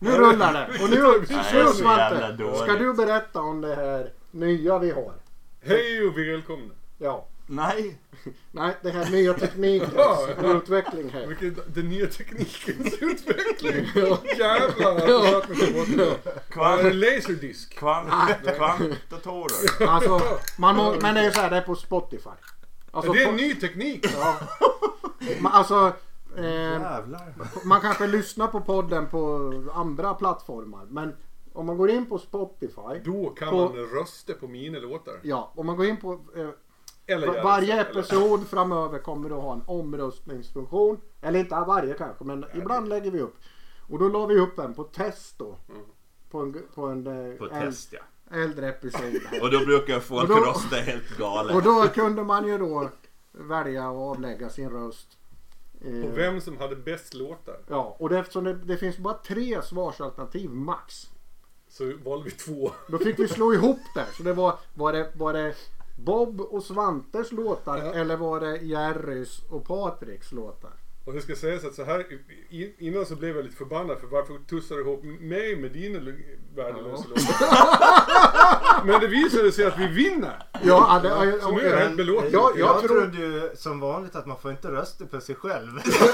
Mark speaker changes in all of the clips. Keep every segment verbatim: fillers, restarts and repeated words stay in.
Speaker 1: Nu rullar det. Och nu,
Speaker 2: Nej,
Speaker 1: nu Svante, ska du berätta om det här nya vi har?
Speaker 3: Hej och välkomna.
Speaker 1: Ja.
Speaker 2: Nej.
Speaker 1: Nej, det här nya teknikens utveckling här.
Speaker 3: Vilken, den nya teknikens utveckling. Jävlar. Ja.
Speaker 2: Kvant,
Speaker 3: en laserdisk.
Speaker 2: Kvant, kvantdatorer.
Speaker 1: Alltså, man må, men det är så här, det är på Spotify. Alltså,
Speaker 3: det är
Speaker 1: på,
Speaker 3: en ny teknik.
Speaker 1: Ja. Man, alltså, eh,
Speaker 2: Jävlar.
Speaker 1: man kanske lyssnar på podden på andra plattformar. Men om man går in på Spotify.
Speaker 3: Då kan
Speaker 1: på,
Speaker 3: man rösta på mina låtar.
Speaker 1: Ja, om man går in på... Eh,
Speaker 3: Eller
Speaker 1: var, varje episod eller. Framöver kommer att ha en omröstningsfunktion. Eller inte varje kanske, men ja, ibland det. Lägger vi upp. Och då la vi upp en på test då. Mm. På en, på en
Speaker 2: på
Speaker 1: äl,
Speaker 2: test, ja.
Speaker 1: äldre episod.
Speaker 2: Och då brukar folk då, rösta helt galet.
Speaker 1: Och då kunde man ju då välja att avlägga sin röst.
Speaker 3: På vem som hade bäst låtar.
Speaker 1: Ja, och det, eftersom det, det finns bara tre svarsalternativ max.
Speaker 3: Så valde vi två.
Speaker 1: Då fick vi slå ihop det. Så det var, var det, var det Bob och Svantes låtar, ja. Eller var det Jerrys och Patriks låtar?
Speaker 3: Och det ska sägas att så här innan så blev jag lite förbannad för varför tussar du ihop mig med dina värdelösa ja. Låtar. Men det visade sig att vi vinner.
Speaker 1: Ja, det, ja,
Speaker 3: så nu är jag helt belåten.
Speaker 4: Jag, jag, jag trodde ju som vanligt att man får inte rösta på sig själv.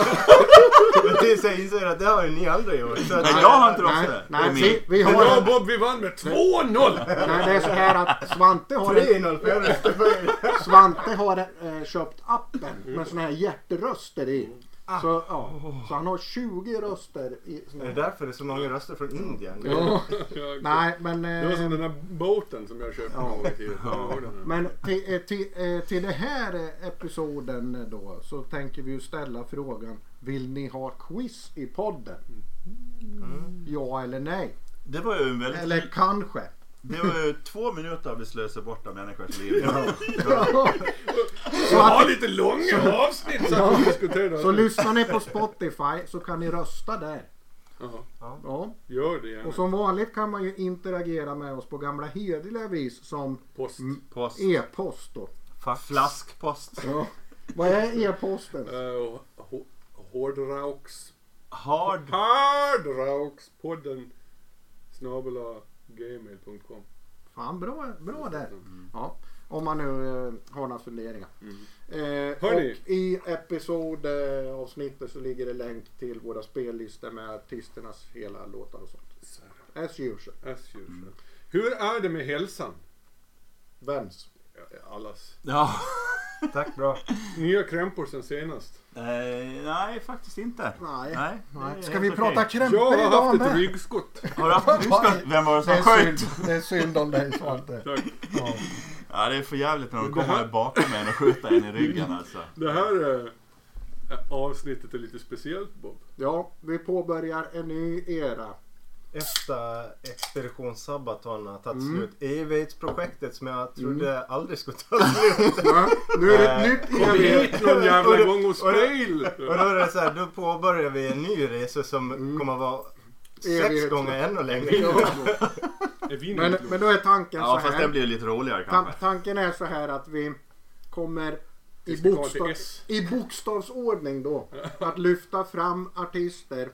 Speaker 4: Men tills jag inser att det har ju ni aldrig gjort. Så
Speaker 2: nej, nej, jag har inte röstat.
Speaker 1: Nej, nej vi, vi har...
Speaker 3: Jag och Bob, vi vann med två noll.
Speaker 1: Nej, det är så här att Svante har...
Speaker 4: tre noll för jag röstar på er.
Speaker 1: Svante har äh, köpt appen med såna här hjärtröster i. Så, ja. Så han har tjugo röster i
Speaker 4: såna här. Är det därför det är så många röster från Indien?
Speaker 1: Ja. Nej, men...
Speaker 3: Det var som den här båten som jag köpte
Speaker 1: ja.
Speaker 3: någon tid. Ja.
Speaker 1: Men till, till, till det här episoden då så tänker vi ju ställa frågan: vill ni ha quiz i podden? Mm. Ja eller nej?
Speaker 2: Det var ju väldigt...
Speaker 1: Eller kanske.
Speaker 2: Det var ju två minuter vi slösade bort av människors liv. Ja.
Speaker 3: Ja. Så ha lite långa avsnitt så att vi diskuterar.
Speaker 1: Så lyssnar ni på Spotify så kan ni rösta där.
Speaker 3: Ja.
Speaker 1: Ja.
Speaker 3: Gör det gärna.
Speaker 1: Och som vanligt kan man ju interagera med oss på gamla hederliga vis som
Speaker 3: post.
Speaker 2: Post.
Speaker 1: E-post då.
Speaker 2: Flaskpost.
Speaker 1: Ja. Vad är e-posten?
Speaker 3: Uh, Hårdrauks
Speaker 2: Hard
Speaker 3: Hardrockspodden snabel-a gmail punkt com.
Speaker 1: Fan, bra, bra där. Mm. Ja, om man nu eh, har några funderingar. Mm. Eh, och i episodavsnittet så ligger det länk till våra spellistor med artisternas hela låtar och sånt. Så. As usual.
Speaker 3: As usual. Mm. Hur är det med hälsan?
Speaker 1: Vems?
Speaker 3: Allas.
Speaker 2: Ja.
Speaker 4: Tack, bra.
Speaker 3: Nya krämpor sen senast?
Speaker 2: Eh, nej, faktiskt inte.
Speaker 1: Nej.
Speaker 2: nej,
Speaker 1: nej. Ska vi prata okay. krämpor
Speaker 3: idag? Jag har haft
Speaker 1: med?
Speaker 3: ett ryggskott.
Speaker 2: Har du haft ett ryggskott? Vem var det som sköt?
Speaker 1: Det är synd om dig, Svante.
Speaker 2: Ja. Ja, det är för jävligt när de kommer här... bakom en och skjuter en i ryggen alltså.
Speaker 3: Det här äh, avsnittet är lite speciellt, Bob.
Speaker 1: Ja, vi påbörjar en ny era.
Speaker 4: Efter expeditionssabaton har tagit mm. slut. Evighetsprojektet som jag trodde mm. aldrig skulle ta slut.
Speaker 1: Ja, nu är det ett nytt evighet.
Speaker 3: Någon jävla gång och spel.
Speaker 4: Och då är det så här, då påbörjar vi en ny resa som mm. kommer att vara sex gånger ännu längre.
Speaker 1: men, men då är tanken
Speaker 2: ja,
Speaker 1: så här.
Speaker 2: Ja, fast den blir lite roligare kanske.
Speaker 1: Tanken är så här att vi kommer i, bokstav, i bokstavsordning då att lyfta fram artister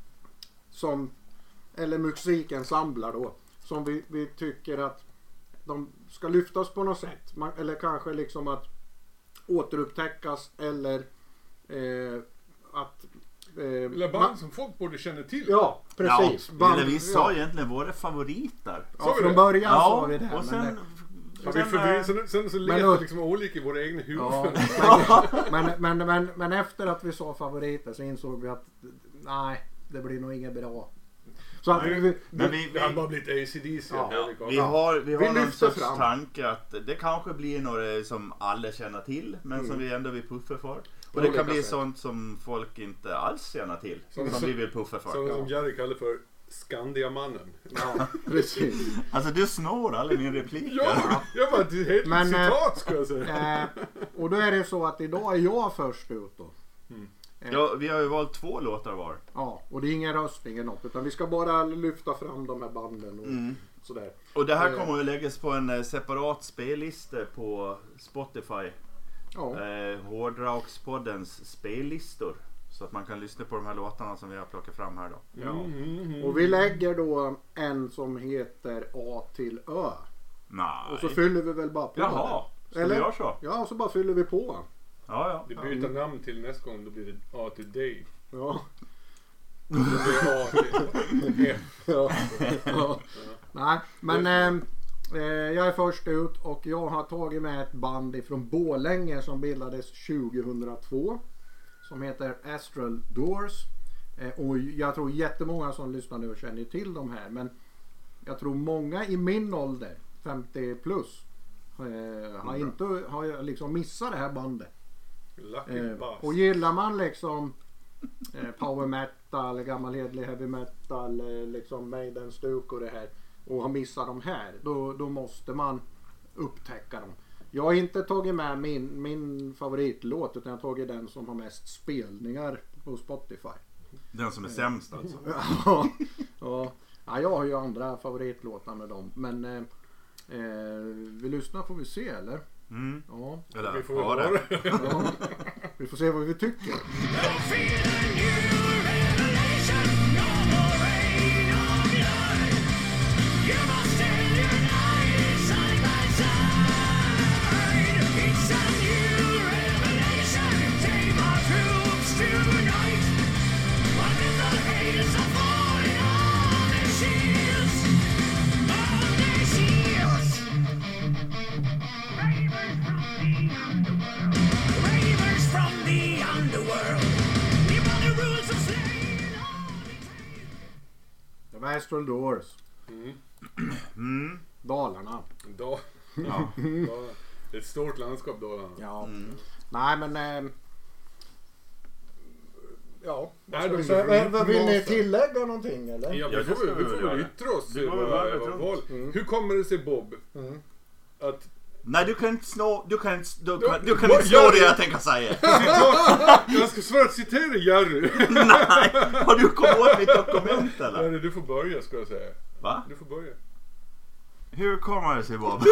Speaker 1: som eller musikensembler då som vi, vi tycker att de ska lyftas på något sätt. Man, eller kanske liksom att återupptäckas eller eh, att eh,
Speaker 3: eller band man, som folk borde känna till.
Speaker 1: Ja, precis.
Speaker 2: Ja,
Speaker 1: band,
Speaker 2: eller vi sa
Speaker 1: ja.
Speaker 2: egentligen våra favoriter.
Speaker 1: Ja, från början
Speaker 2: ja,
Speaker 1: sa vi det här.
Speaker 2: Och sen,
Speaker 1: men,
Speaker 3: ja, vi förbi, sen, sen så letar vi liksom olika i våra egna huvuden.
Speaker 1: Ja, men, men, men, men, men efter att vi sa favoriter så insåg vi att nej, det blir nog inget bra. Så att vi, vi,
Speaker 3: men vi, vi har bara blivit A C D C.
Speaker 2: Ja, ja, vi har, vi har
Speaker 1: vi
Speaker 2: någon sorts
Speaker 1: fram.
Speaker 2: tanke att det kanske blir några som alla känner till men mm. som vi ändå vill puffa för. Och det, det kan bli sätt. Sånt som folk inte alls känner till. Som, som vi vill puffa för.
Speaker 3: Som, ja. som Jerry kallar för Skandiamannen.
Speaker 1: Ja, precis.
Speaker 2: Alltså du snor alla min replik.
Speaker 3: Ja, jag var ett helt
Speaker 1: men,
Speaker 3: citat ska jag säga.
Speaker 1: Äh, och då är det så att idag är jag först ut då.
Speaker 2: Mm. Ja, vi har ju valt två låtar var.
Speaker 1: Ja, och det är ingen röstning eller något utan vi ska bara lyfta fram de här banden och mm. sådär.
Speaker 2: Och det här kommer att läggas på en separat spellista på Spotify.
Speaker 1: Ja.
Speaker 2: Eh, Hårdrockspoddens spellistor. Så att man kan lyssna på de här låtarna som vi har plockat fram här då.
Speaker 1: Ja. Mm-hmm. Och vi lägger då en som heter A till Ö.
Speaker 2: Nej.
Speaker 1: Och så fyller vi väl bara på.
Speaker 2: Jaha, ska
Speaker 1: eller?
Speaker 2: vi göra så?
Speaker 1: Ja, och så bara fyller vi på.
Speaker 2: Ja, ja.
Speaker 3: Vi byter mm. namn till nästa gång, då blir det A till dig.
Speaker 1: Ja.
Speaker 3: Då blir det A till F.
Speaker 1: Ja. Ja. Nej, men eh, jag är först ut och jag har tagit med ett band ifrån Borlänge som bildades tjugohundratvå. Som heter Astral Doors. Eh, och jag tror jättemånga som lyssnar nu känner till de här. Men jag tror många i min ålder, femtio plus, eh, har inte har liksom missat det här bandet. Eh, och gillar man liksom eh, power metal, gammal hedlig heavy metal, eh, liksom Maiden, Stuk och det här, och har missat de här, då, då måste man upptäcka dem. Jag har inte tagit med min, min favoritlåt, utan jag har tagit den som har mest spelningar på Spotify.
Speaker 2: Den som är sämst alltså?
Speaker 1: Ja, ja. Ja, jag har ju andra favoritlåtar med dem, men eh, eh, vi lyssnar får vi se, eller?
Speaker 2: Mm.
Speaker 1: Ja.
Speaker 2: Eller,
Speaker 3: vi får
Speaker 2: ja, det.
Speaker 1: Ja. Vi får se vad vi tycker. Astral Doors.
Speaker 3: Mm.
Speaker 2: Mm.
Speaker 1: Dalarna.
Speaker 3: Da.
Speaker 2: Ja.
Speaker 3: Da. Det är ett stort landskap Dalarna.
Speaker 1: Ja.
Speaker 2: Mm.
Speaker 1: Nej, men äh, ja.
Speaker 3: Nej, de
Speaker 1: så, äh, vill ni tillägga någonting eller?
Speaker 3: Ja, vi får, vi får väl yttra oss.
Speaker 2: Vi får
Speaker 3: mm. Hur kommer det sig, Bob, mm. att
Speaker 2: nej, du kan inte snå, du kan inte, du kan, du kan inte slå det jag tänker säga.
Speaker 3: Ganska svårt att citera Jerry.
Speaker 2: Nej, har du kommit åt mitt dokument eller?
Speaker 3: Jerry, du får börja, ska jag säga.
Speaker 2: Va?
Speaker 3: Du får börja.
Speaker 2: Hur kommer det sig, Bob?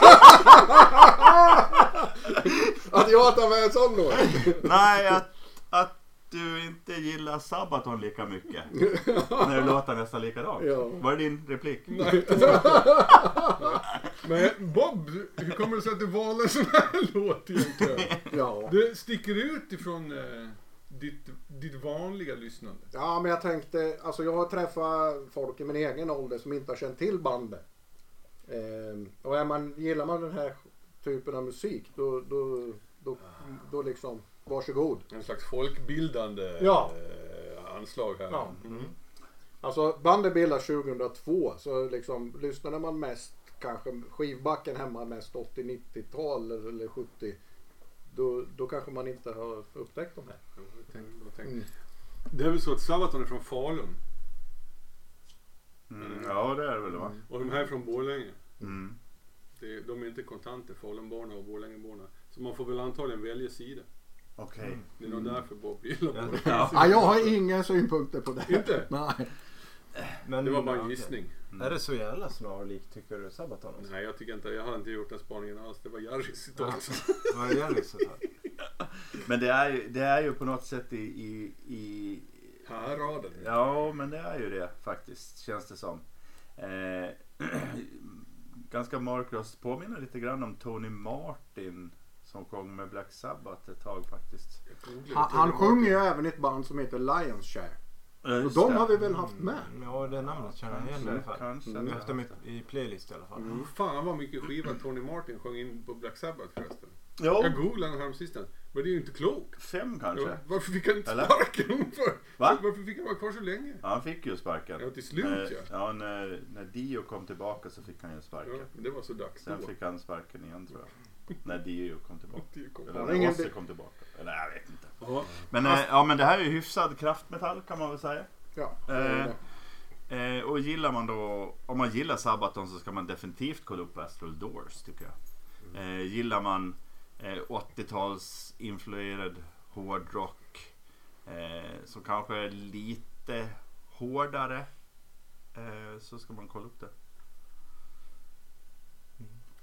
Speaker 1: Att jag tar med en sån då?
Speaker 2: Nej, att, att du inte gillar Sabaton lika mycket. När du låter nästan likadant.
Speaker 1: Ja.
Speaker 2: Var det din replik?
Speaker 3: Nej. Men Bob, hur kommer det sig att du valde en sån här låt egentligen?
Speaker 1: Ja.
Speaker 3: Det sticker ut ifrån eh, ditt, ditt vanliga lyssnande.
Speaker 1: Ja, men jag tänkte, alltså jag har träffat folk i min egen ålder som inte har känt till bandet. Ehm, och är man, gillar man den här typen av musik, då, då, då, då liksom, varsågod.
Speaker 3: En slags folkbildande
Speaker 1: ja.
Speaker 3: eh, anslag här.
Speaker 1: Ja. Mm. Alltså bandet bildades tjugohundratvå, så liksom lyssnade man mest, kanske skivbacken hemma mest åttio-nittiotal eller sjuttio, då, då kanske man inte har upptäckt de här.
Speaker 3: Tänk, tänk. Mm. Det är väl så att Sabaton är från Falun.
Speaker 2: Mm, ja, det är det väl, va?
Speaker 3: Mm. Och de här är från Borlänge.
Speaker 2: Mm.
Speaker 3: Det, de är inte kontanter, Falunborna och Borlängeborna. Så man får väl antagligen välja sida.
Speaker 2: Okej. Okay.
Speaker 3: Det är nog mm. därför Bob gillar
Speaker 2: ja.
Speaker 3: Borlänge.
Speaker 1: Ja. Ja, jag har inga synpunkter på det.
Speaker 3: Inte?
Speaker 1: Nej.
Speaker 3: Men det var bara en gissning.
Speaker 4: Mm. Är det så jävla snarlikt, tycker du, Sabaton? Alltså?
Speaker 3: Nej, jag tycker inte. Jag har inte gjort den spaningen alls. Det var Jarrys citat.
Speaker 4: Det var Jarrys citat.
Speaker 2: Men det är ju, det är ju på något sätt i... i, i
Speaker 3: Häraden.
Speaker 2: Ja, men det är ju det faktiskt, känns det som. Eh, ganska mörk röst. Påminner lite grann om Tony Martin som sjöng med Black Sabbath ett tag faktiskt.
Speaker 1: Han, han sjunger ju även i ett band som heter Lions Share. Och de har vi väl haft med?
Speaker 4: Mm, ja, det namnet känner jag igen i alla fall.
Speaker 2: Kanske.
Speaker 4: Mm. Efter mitt i playlist i alla fall.
Speaker 3: Mm. Fan vad mycket skiva Tony Martin sjöng in på Black Sabbath förresten.
Speaker 2: Jo.
Speaker 3: Jag googlade den här sistens. Men det är ju inte klokt.
Speaker 2: Fem kanske.
Speaker 3: Ja, varför fick han inte
Speaker 2: Eller?
Speaker 3: sparken för?
Speaker 2: Va?
Speaker 3: Varför fick han vara kvar så länge?
Speaker 2: Ja, han fick ju sparken.
Speaker 3: Ja, till slut
Speaker 2: när,
Speaker 3: ja.
Speaker 2: Ja, när, när Dio kom tillbaka så fick han ju sparken.
Speaker 3: Ja, det var så dags
Speaker 2: Sen
Speaker 3: då.
Speaker 2: fick han sparken igen, tror jag. När Dio kom tillbaka.
Speaker 3: Dio kom.
Speaker 2: Eller
Speaker 1: Ja,
Speaker 2: när
Speaker 1: ingen-
Speaker 2: Ozzy kom tillbaka. Eller jag vet inte.
Speaker 3: Ja.
Speaker 2: Men, eh, ja, men det här är ju hyfsad kraftmetall kan man väl säga.
Speaker 1: Ja.
Speaker 2: Eh, eh, och gillar man då, om man gillar Sabaton så ska man definitivt kolla upp Astral Doors, tycker jag. Eh, gillar man eh, åttio-tals influerad hårdrock eh, som kanske är lite hårdare, eh, så ska man kolla upp det.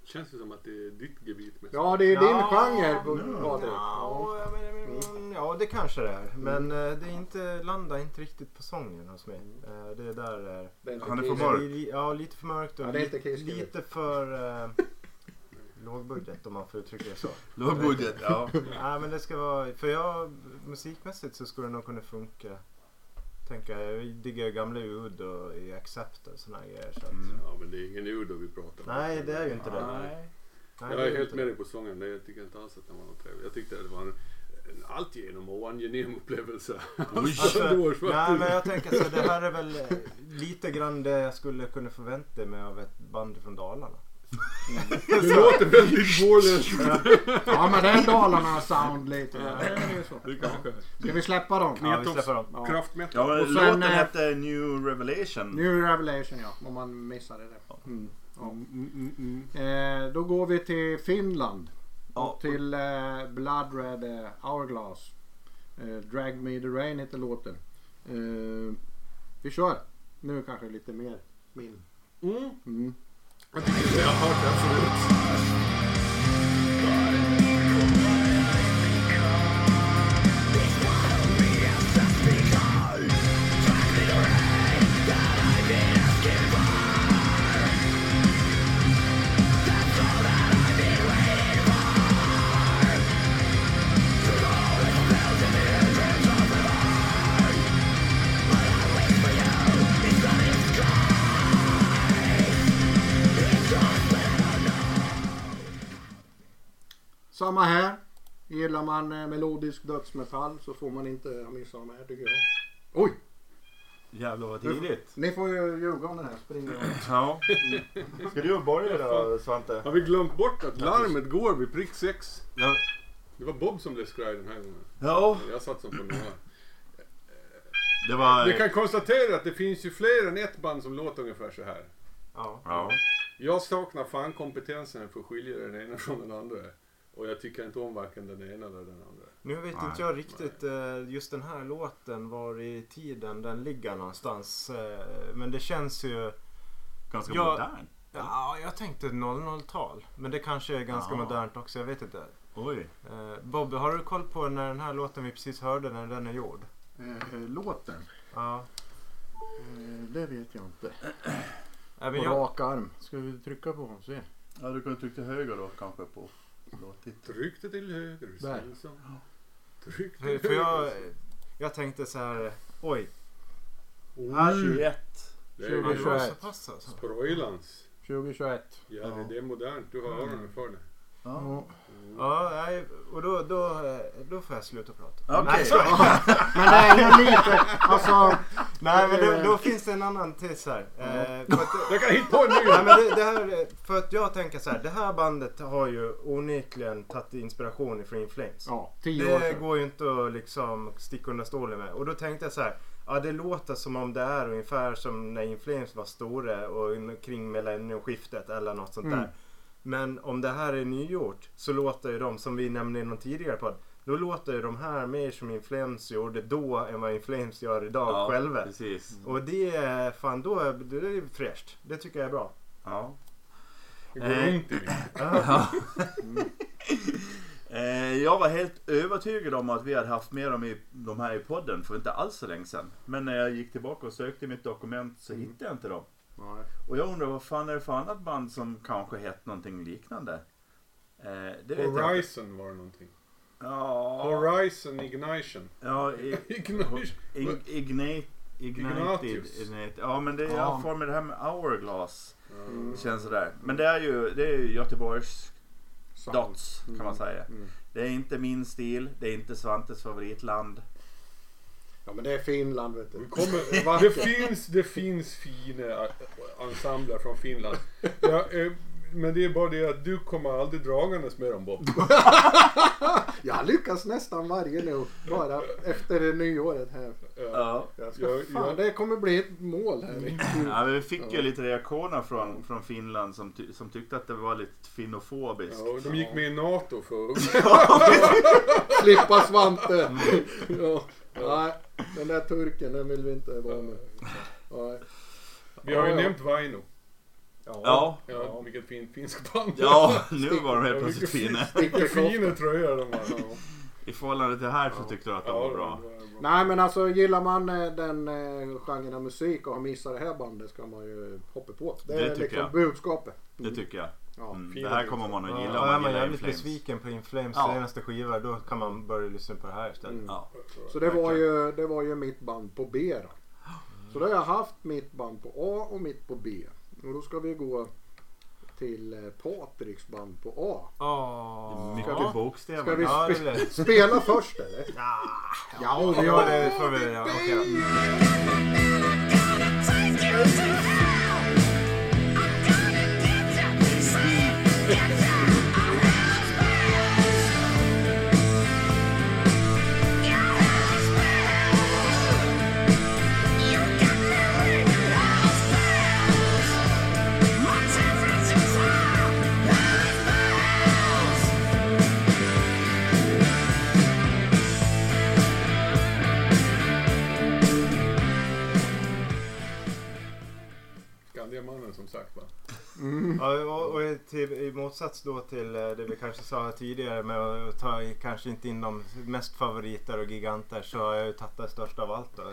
Speaker 3: Känns det som att det är ditt gebit mest.
Speaker 1: Ja, det är din
Speaker 4: Ja,
Speaker 1: genre.
Speaker 4: ja,
Speaker 1: Patrik.
Speaker 4: ja, ja, men, ja, det kanske det är. Men eh, det är inte, landar inte riktigt på sången hos mig. Eh, det är där... Eh,
Speaker 1: Det är inte
Speaker 2: Han är
Speaker 1: Kiss.
Speaker 2: för mörk.
Speaker 4: li- ja, lite för mörkt och
Speaker 1: Ja, det är
Speaker 4: li-
Speaker 1: inte Kiss,
Speaker 4: lite för eh, lågbudget om man får uttrycka det så.
Speaker 2: Lågbudget, ja.
Speaker 4: Ja, men det ska vara... För jag, musikmässigt så skulle det nog kunna funka. Tänker jag, jag diggar gamla Ud och i Accept och såna här grejer. Så att,
Speaker 2: Mm.
Speaker 3: Ja, men det är ingen Udo vi pratar om.
Speaker 4: nej, det är ju inte det.
Speaker 2: Nej.
Speaker 4: Nej,
Speaker 3: Jag
Speaker 4: det
Speaker 3: är
Speaker 4: ju
Speaker 3: helt
Speaker 4: inte
Speaker 3: med
Speaker 4: det.
Speaker 3: dig på sången. Nej, jag tycker inte alls att den var något trevlig. Jag tyckte att det var en, en alltigenom oangenäm upplevelse.
Speaker 4: Alltså,
Speaker 3: Doors,
Speaker 4: nej,
Speaker 3: faktiskt.
Speaker 4: men jag tänker så, det här är väl eh, lite grann det jag skulle kunna förvänta mig av ett band från Dalarna.
Speaker 3: Det låter väldigt vårlöst.
Speaker 1: Ja, men det är Dalarna sound lite. Ja, det är ju så.
Speaker 3: Det kanske.
Speaker 1: Ska vi släppa dem?
Speaker 4: Ja, vi släpper dem.
Speaker 1: Ja.
Speaker 3: Kraftmetal.
Speaker 2: Ja, men
Speaker 1: Och sen,
Speaker 2: låten
Speaker 1: eh,
Speaker 2: hette New Revelation.
Speaker 1: New Revelation, ja. Om man missade det. Mm. Ja.
Speaker 3: Mm, mm, mm.
Speaker 1: Eh, då går vi till Finland.
Speaker 2: Ja.
Speaker 1: Och till eh, Blood Red eh, Hourglass. Eh, Drag Me The Rain heter låten. Eh, vi kör. Nu kanske lite mer min.
Speaker 3: Mm.
Speaker 1: Mm.
Speaker 3: Jag tycker det jag har hört det absolut.
Speaker 1: Samma här. Gillar man eh, melodisk dödsmetall så får man inte missa de här tycker jag. Oj!
Speaker 2: Jävlar vad tidigt.
Speaker 1: Ni får ju ljuga om den här. Springer.
Speaker 2: Ja. Ska du börja då, Svante?
Speaker 3: Har vi glömt bort att larmet går vid prick sex?
Speaker 2: Ja.
Speaker 3: Det var Bob som blev skraj den här gången.
Speaker 2: Ja.
Speaker 3: Jag satt som på några.
Speaker 2: Det var...
Speaker 3: Vi kan konstatera att det finns ju fler än ett band som låter ungefär så här.
Speaker 4: Ja.
Speaker 2: Ja.
Speaker 3: Jag saknar fan kompetensen för att skilja den ena från den andra. Och jag tycker inte om varken den ena eller den andra.
Speaker 4: Nu vet
Speaker 2: Nej.
Speaker 4: inte jag riktigt eh, just den här låten var i tiden den ligger någonstans. Eh, men det känns ju...
Speaker 2: Ganska
Speaker 4: Ja.
Speaker 2: modern.
Speaker 4: Ja, jag tänkte noll noll-tal. Men det kanske är ganska
Speaker 2: Ja.
Speaker 4: modernt också, jag vet inte.
Speaker 2: Oj.
Speaker 4: Eh, Bob, har du koll på när den här låten vi precis hörde, när den är gjord?
Speaker 1: Eh, låten?
Speaker 4: Ja.
Speaker 1: Eh, det vet jag inte.
Speaker 4: Äh, men
Speaker 1: På
Speaker 4: jag,
Speaker 1: rak arm. Ska vi trycka på och se?
Speaker 2: Ja, du kan trycka höger då kanske på låtit.
Speaker 3: Tryck det till höger.
Speaker 1: Där.
Speaker 3: Svensson. Tryck det
Speaker 4: för,
Speaker 3: till
Speaker 4: för jag,
Speaker 3: höger.
Speaker 4: jag tänkte så här, oj.
Speaker 3: Oj,
Speaker 2: tjugoett.
Speaker 3: det
Speaker 4: Ja,
Speaker 3: är
Speaker 4: det var så
Speaker 1: tjugoett.
Speaker 4: pass alltså.
Speaker 3: Sproilans.
Speaker 1: tjugohundratjugoett.
Speaker 3: Ja, det, det är modernt. Du har öronen för det.
Speaker 2: Ja.
Speaker 1: Ja.
Speaker 4: Ja, nej, och då, då, eh, då får jag sluta prata.
Speaker 2: Okej.
Speaker 4: Nej, så-
Speaker 1: Men det är ju lite, alltså.
Speaker 4: nej, men då, då finns det en annan tids här. Eh, för att,
Speaker 3: Jag kan hitta på en ny.
Speaker 4: nej, men det, det här, för att jag tänker så här, det här bandet har ju onekligen tagit inspiration ifrån In Flames.
Speaker 1: Ja, tio år
Speaker 4: Det
Speaker 1: sedan.
Speaker 4: går ju inte att liksom sticka under stolen med. Och då tänkte jag så här, ja det låter som om det är ungefär som när In Flames var stora och kring millenniumskiftet eller något sånt
Speaker 1: Mm.
Speaker 4: där. Men om det här är nygjort så låter ju de, som vi nämnde i någon tidigare podd, då låter ju de här mer som In Flames gjorde då än vad In Flames gör idag
Speaker 2: Ja,
Speaker 4: själva.
Speaker 2: precis.
Speaker 4: Och det är fan, då är det är fräscht. Det tycker jag är bra.
Speaker 2: Ja.
Speaker 3: Det går
Speaker 2: Eh.
Speaker 3: ont i det.
Speaker 2: Ja. Eh, jag var helt övertygad om att vi hade haft med dem i, de här i podden för inte alls så länge sedan. Men när jag gick tillbaka och sökte i mitt dokument så hittade jag inte dem.
Speaker 1: Nej.
Speaker 2: Och jag undrar vad fan är det för annat band som kanske hette någonting liknande? Eh, det vet jag inte.
Speaker 3: Horizon var det någonting.
Speaker 2: Ja,
Speaker 3: Horizon Ignition.
Speaker 2: ja i,
Speaker 3: Ignition.
Speaker 2: ig, ignite, ignited,
Speaker 3: Ignatius.
Speaker 2: ignite. Ja men det är
Speaker 1: Ja.
Speaker 2: jag får med det här med Hourglass.
Speaker 3: Mm.
Speaker 2: Känns sådär. Men det är ju, det är ju Göteborgs
Speaker 1: Sound.
Speaker 2: Dots kan man
Speaker 1: Mm.
Speaker 2: säga.
Speaker 1: Mm.
Speaker 2: Det är inte min stil, det är inte Svantes favoritland.
Speaker 1: Ja men det är Finland vet
Speaker 3: Det,
Speaker 1: du.
Speaker 3: kommer,
Speaker 1: Vackert.
Speaker 3: det, finns, det finns fina ensembler från Finland. Ja, eh, men det är bara det att du kommer aldrig dragandes med dem Bob.
Speaker 1: Jag lyckas nästan varje nu. Bara efter nyåret här.
Speaker 2: Ja.
Speaker 1: Jag ska,
Speaker 3: Ja,
Speaker 1: fan,
Speaker 3: ja.
Speaker 1: det kommer bli ett mål här.
Speaker 2: Ja, men vi fick ju lite reaktioner från, från Finland som, ty, som tyckte att det var lite finofobiskt.
Speaker 3: Ja, de gick med i NATO för
Speaker 1: Slippa Svante. Ja. Nej, den där turken den vill vi inte vara med. Nej.
Speaker 3: Vi har ju
Speaker 1: Ja, ja.
Speaker 3: nämnt Vaino.
Speaker 2: Ja.
Speaker 3: Ja, ja. Vilket fint finsk band.
Speaker 2: Ja, nu var de helt plötsligt fina.
Speaker 3: Vilka fina tröjor de har. Ja.
Speaker 2: I förhållande till här så tyckte du att de var bra.
Speaker 1: Nej, men alltså gillar man den eh, genren av musik och har missat det här bandet ska man ju hoppa på. Det,
Speaker 2: Det
Speaker 1: är
Speaker 2: tycker
Speaker 1: liksom
Speaker 2: jag.
Speaker 1: budskapet.
Speaker 2: Det tycker jag.
Speaker 1: Ja.
Speaker 2: Mm. Det här kommer man att gilla
Speaker 4: Ja,
Speaker 2: om
Speaker 4: är
Speaker 2: man
Speaker 4: man
Speaker 2: gillar
Speaker 4: jävligt
Speaker 2: Inflames.
Speaker 4: besviken på Inflames
Speaker 2: Ja.
Speaker 4: senaste skiva, då kan man börja lyssna på det här istället.
Speaker 1: Mm.
Speaker 2: Ja.
Speaker 1: Så det var, ju, det var ju mitt band på B då. Så då har jag haft mitt band på A och mitt på B. Och då ska vi gå till eh, Patriks band på A.
Speaker 4: Åh.
Speaker 2: Mycket
Speaker 1: Ska
Speaker 2: bokstäver.
Speaker 1: Ska vi
Speaker 4: Ja, det
Speaker 1: spe-
Speaker 4: är det.
Speaker 1: spela först eller?
Speaker 4: Ja,
Speaker 1: Ja,
Speaker 4: vi har det får vi. Ja, okej då.
Speaker 3: Skandiamannen som sagt va.
Speaker 4: Ja, och, och till, i motsats då till eh, det vi kanske sa tidigare med att ta i, kanske inte in de mest favoriter och giganter, så har jag ju tagit det största av allt då.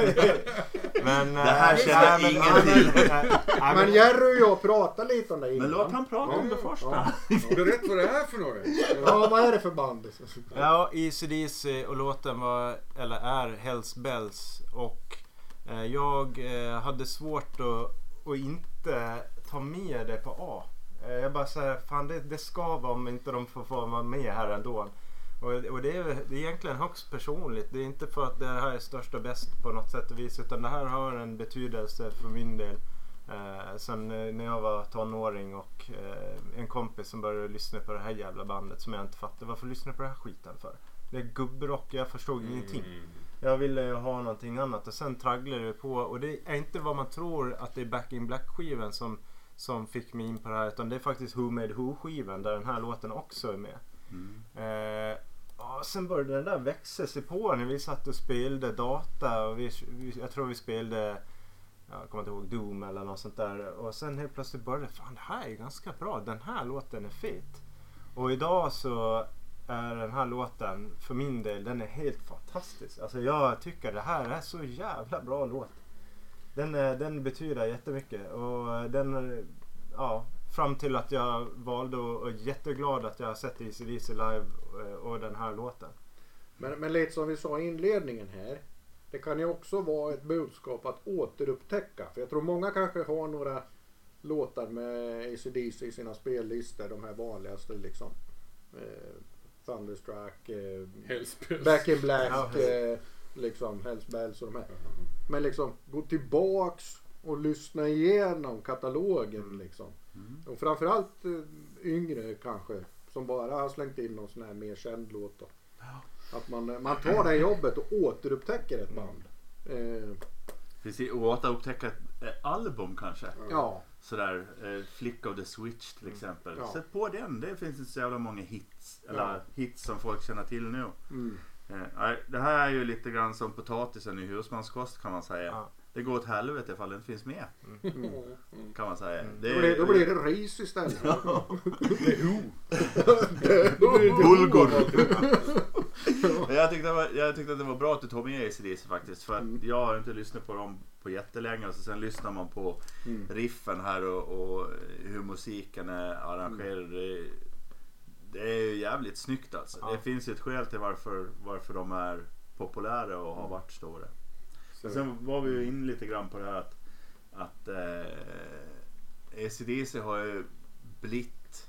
Speaker 4: Men
Speaker 2: Det här
Speaker 4: eh,
Speaker 2: känner
Speaker 4: nej, men-
Speaker 2: ingen
Speaker 4: nej,
Speaker 2: till.
Speaker 4: men- nej, nej,
Speaker 1: Men Jerry och jag pratade lite om det innan.
Speaker 2: Men låt han prata om det
Speaker 1: Ja.
Speaker 2: första.
Speaker 3: Berätta vad det är för något.
Speaker 1: Ja, vad är det för band?
Speaker 4: Ja, A C D C och låten var, eller är Hells Bells, och eh, jag eh, hade svårt att, att inte ta med det på A. Eh, jag bara säger, fan det, det ska vara om inte de får få vara med här ändå. Och, och det, är, det är egentligen högst personligt. Det är inte för att det här är störst och bäst på något sätt och vis, utan det här har en betydelse för min del. Eh, sen eh, när jag var tonåring och eh, en kompis som började lyssna på det här jävla bandet som jag inte fattade. Varför lyssnar på det här skiten för? Det är gubbrock, jag förstod ingenting. Jag ville ju ha någonting annat och sen tragglade det på. Och det är inte vad man tror att det är Back in Black-skivan som, som fick mig in på det här, utan det är faktiskt Who Made Who-skivan där den här låten också är med.
Speaker 2: Mm.
Speaker 4: Eh, ja, sen började den där växa sig på när vi satt och spelade data och vi, vi, jag tror vi spelade, jag kommer inte ihåg, Doom eller något sånt där, och sen helt plötsligt började fan, det här är ganska bra, den här låten är fet. Och idag så är den här låten för min del, den är helt fantastisk. Alltså jag tycker det här är så jävla bra låt. Den, den betyder jättemycket och den, ja, fram till att jag valde och är jätteglad att jag har sett A C D C live och den här låten.
Speaker 1: Men, men lite som vi sa i inledningen här. Det kan ju också vara ett budskap att återupptäcka. För jag tror många kanske har några låtar med A C D C i sina spellistor. De här vanligaste liksom. Eh, Thunderstruck, eh,
Speaker 3: Hells Bells.
Speaker 1: Back in Black,
Speaker 4: Ja,
Speaker 1: eh, liksom Hells Bells och de här. Men liksom gå tillbaks och lyssna igenom katalogen liksom.
Speaker 2: Mm.
Speaker 1: Och framförallt eh, yngre kanske som bara har slängt in någon sån här mer känd låt då. Att man, man tar det jobbet och återupptäcker ett band. Eh,
Speaker 2: Precis, och återupptäcka ett eh, album kanske.
Speaker 1: ja.
Speaker 2: Sådär, eh, Flick of the Switch till exempel.
Speaker 1: Ja.
Speaker 2: Sätt på den, det finns inte så jävla många hits. Eller
Speaker 1: Ja.
Speaker 2: hits som folk känner till nu.
Speaker 1: Mm.
Speaker 2: Eh, nej, det här är ju lite grann som potatisen i husmanskost kan man säga.
Speaker 4: Ja.
Speaker 2: Det går åt helvete ifall det inte finns med.
Speaker 1: Mm.
Speaker 2: Kan man säga.
Speaker 4: Mm.
Speaker 2: Det
Speaker 1: Då, blir, då blir det ris istället.
Speaker 3: Det är Who.
Speaker 2: Bulgur. jag, tyckte det var, jag tyckte att det var bra att du tog med A C D C faktiskt. För att
Speaker 1: Mm.
Speaker 2: jag har inte lyssnat på dem på jättelänge. Och så sen lyssnar man på
Speaker 1: Mm.
Speaker 2: riffen här och, och hur musiken är arrangerad. Det, det är ju jävligt snyggt alltså.
Speaker 4: Ja.
Speaker 2: Det finns ju ett skäl till varför, varför de är populära och har varit stora.
Speaker 1: Så,
Speaker 2: Sen var vi ju in lite grann på det här att, att eh, A C D C har ju blivit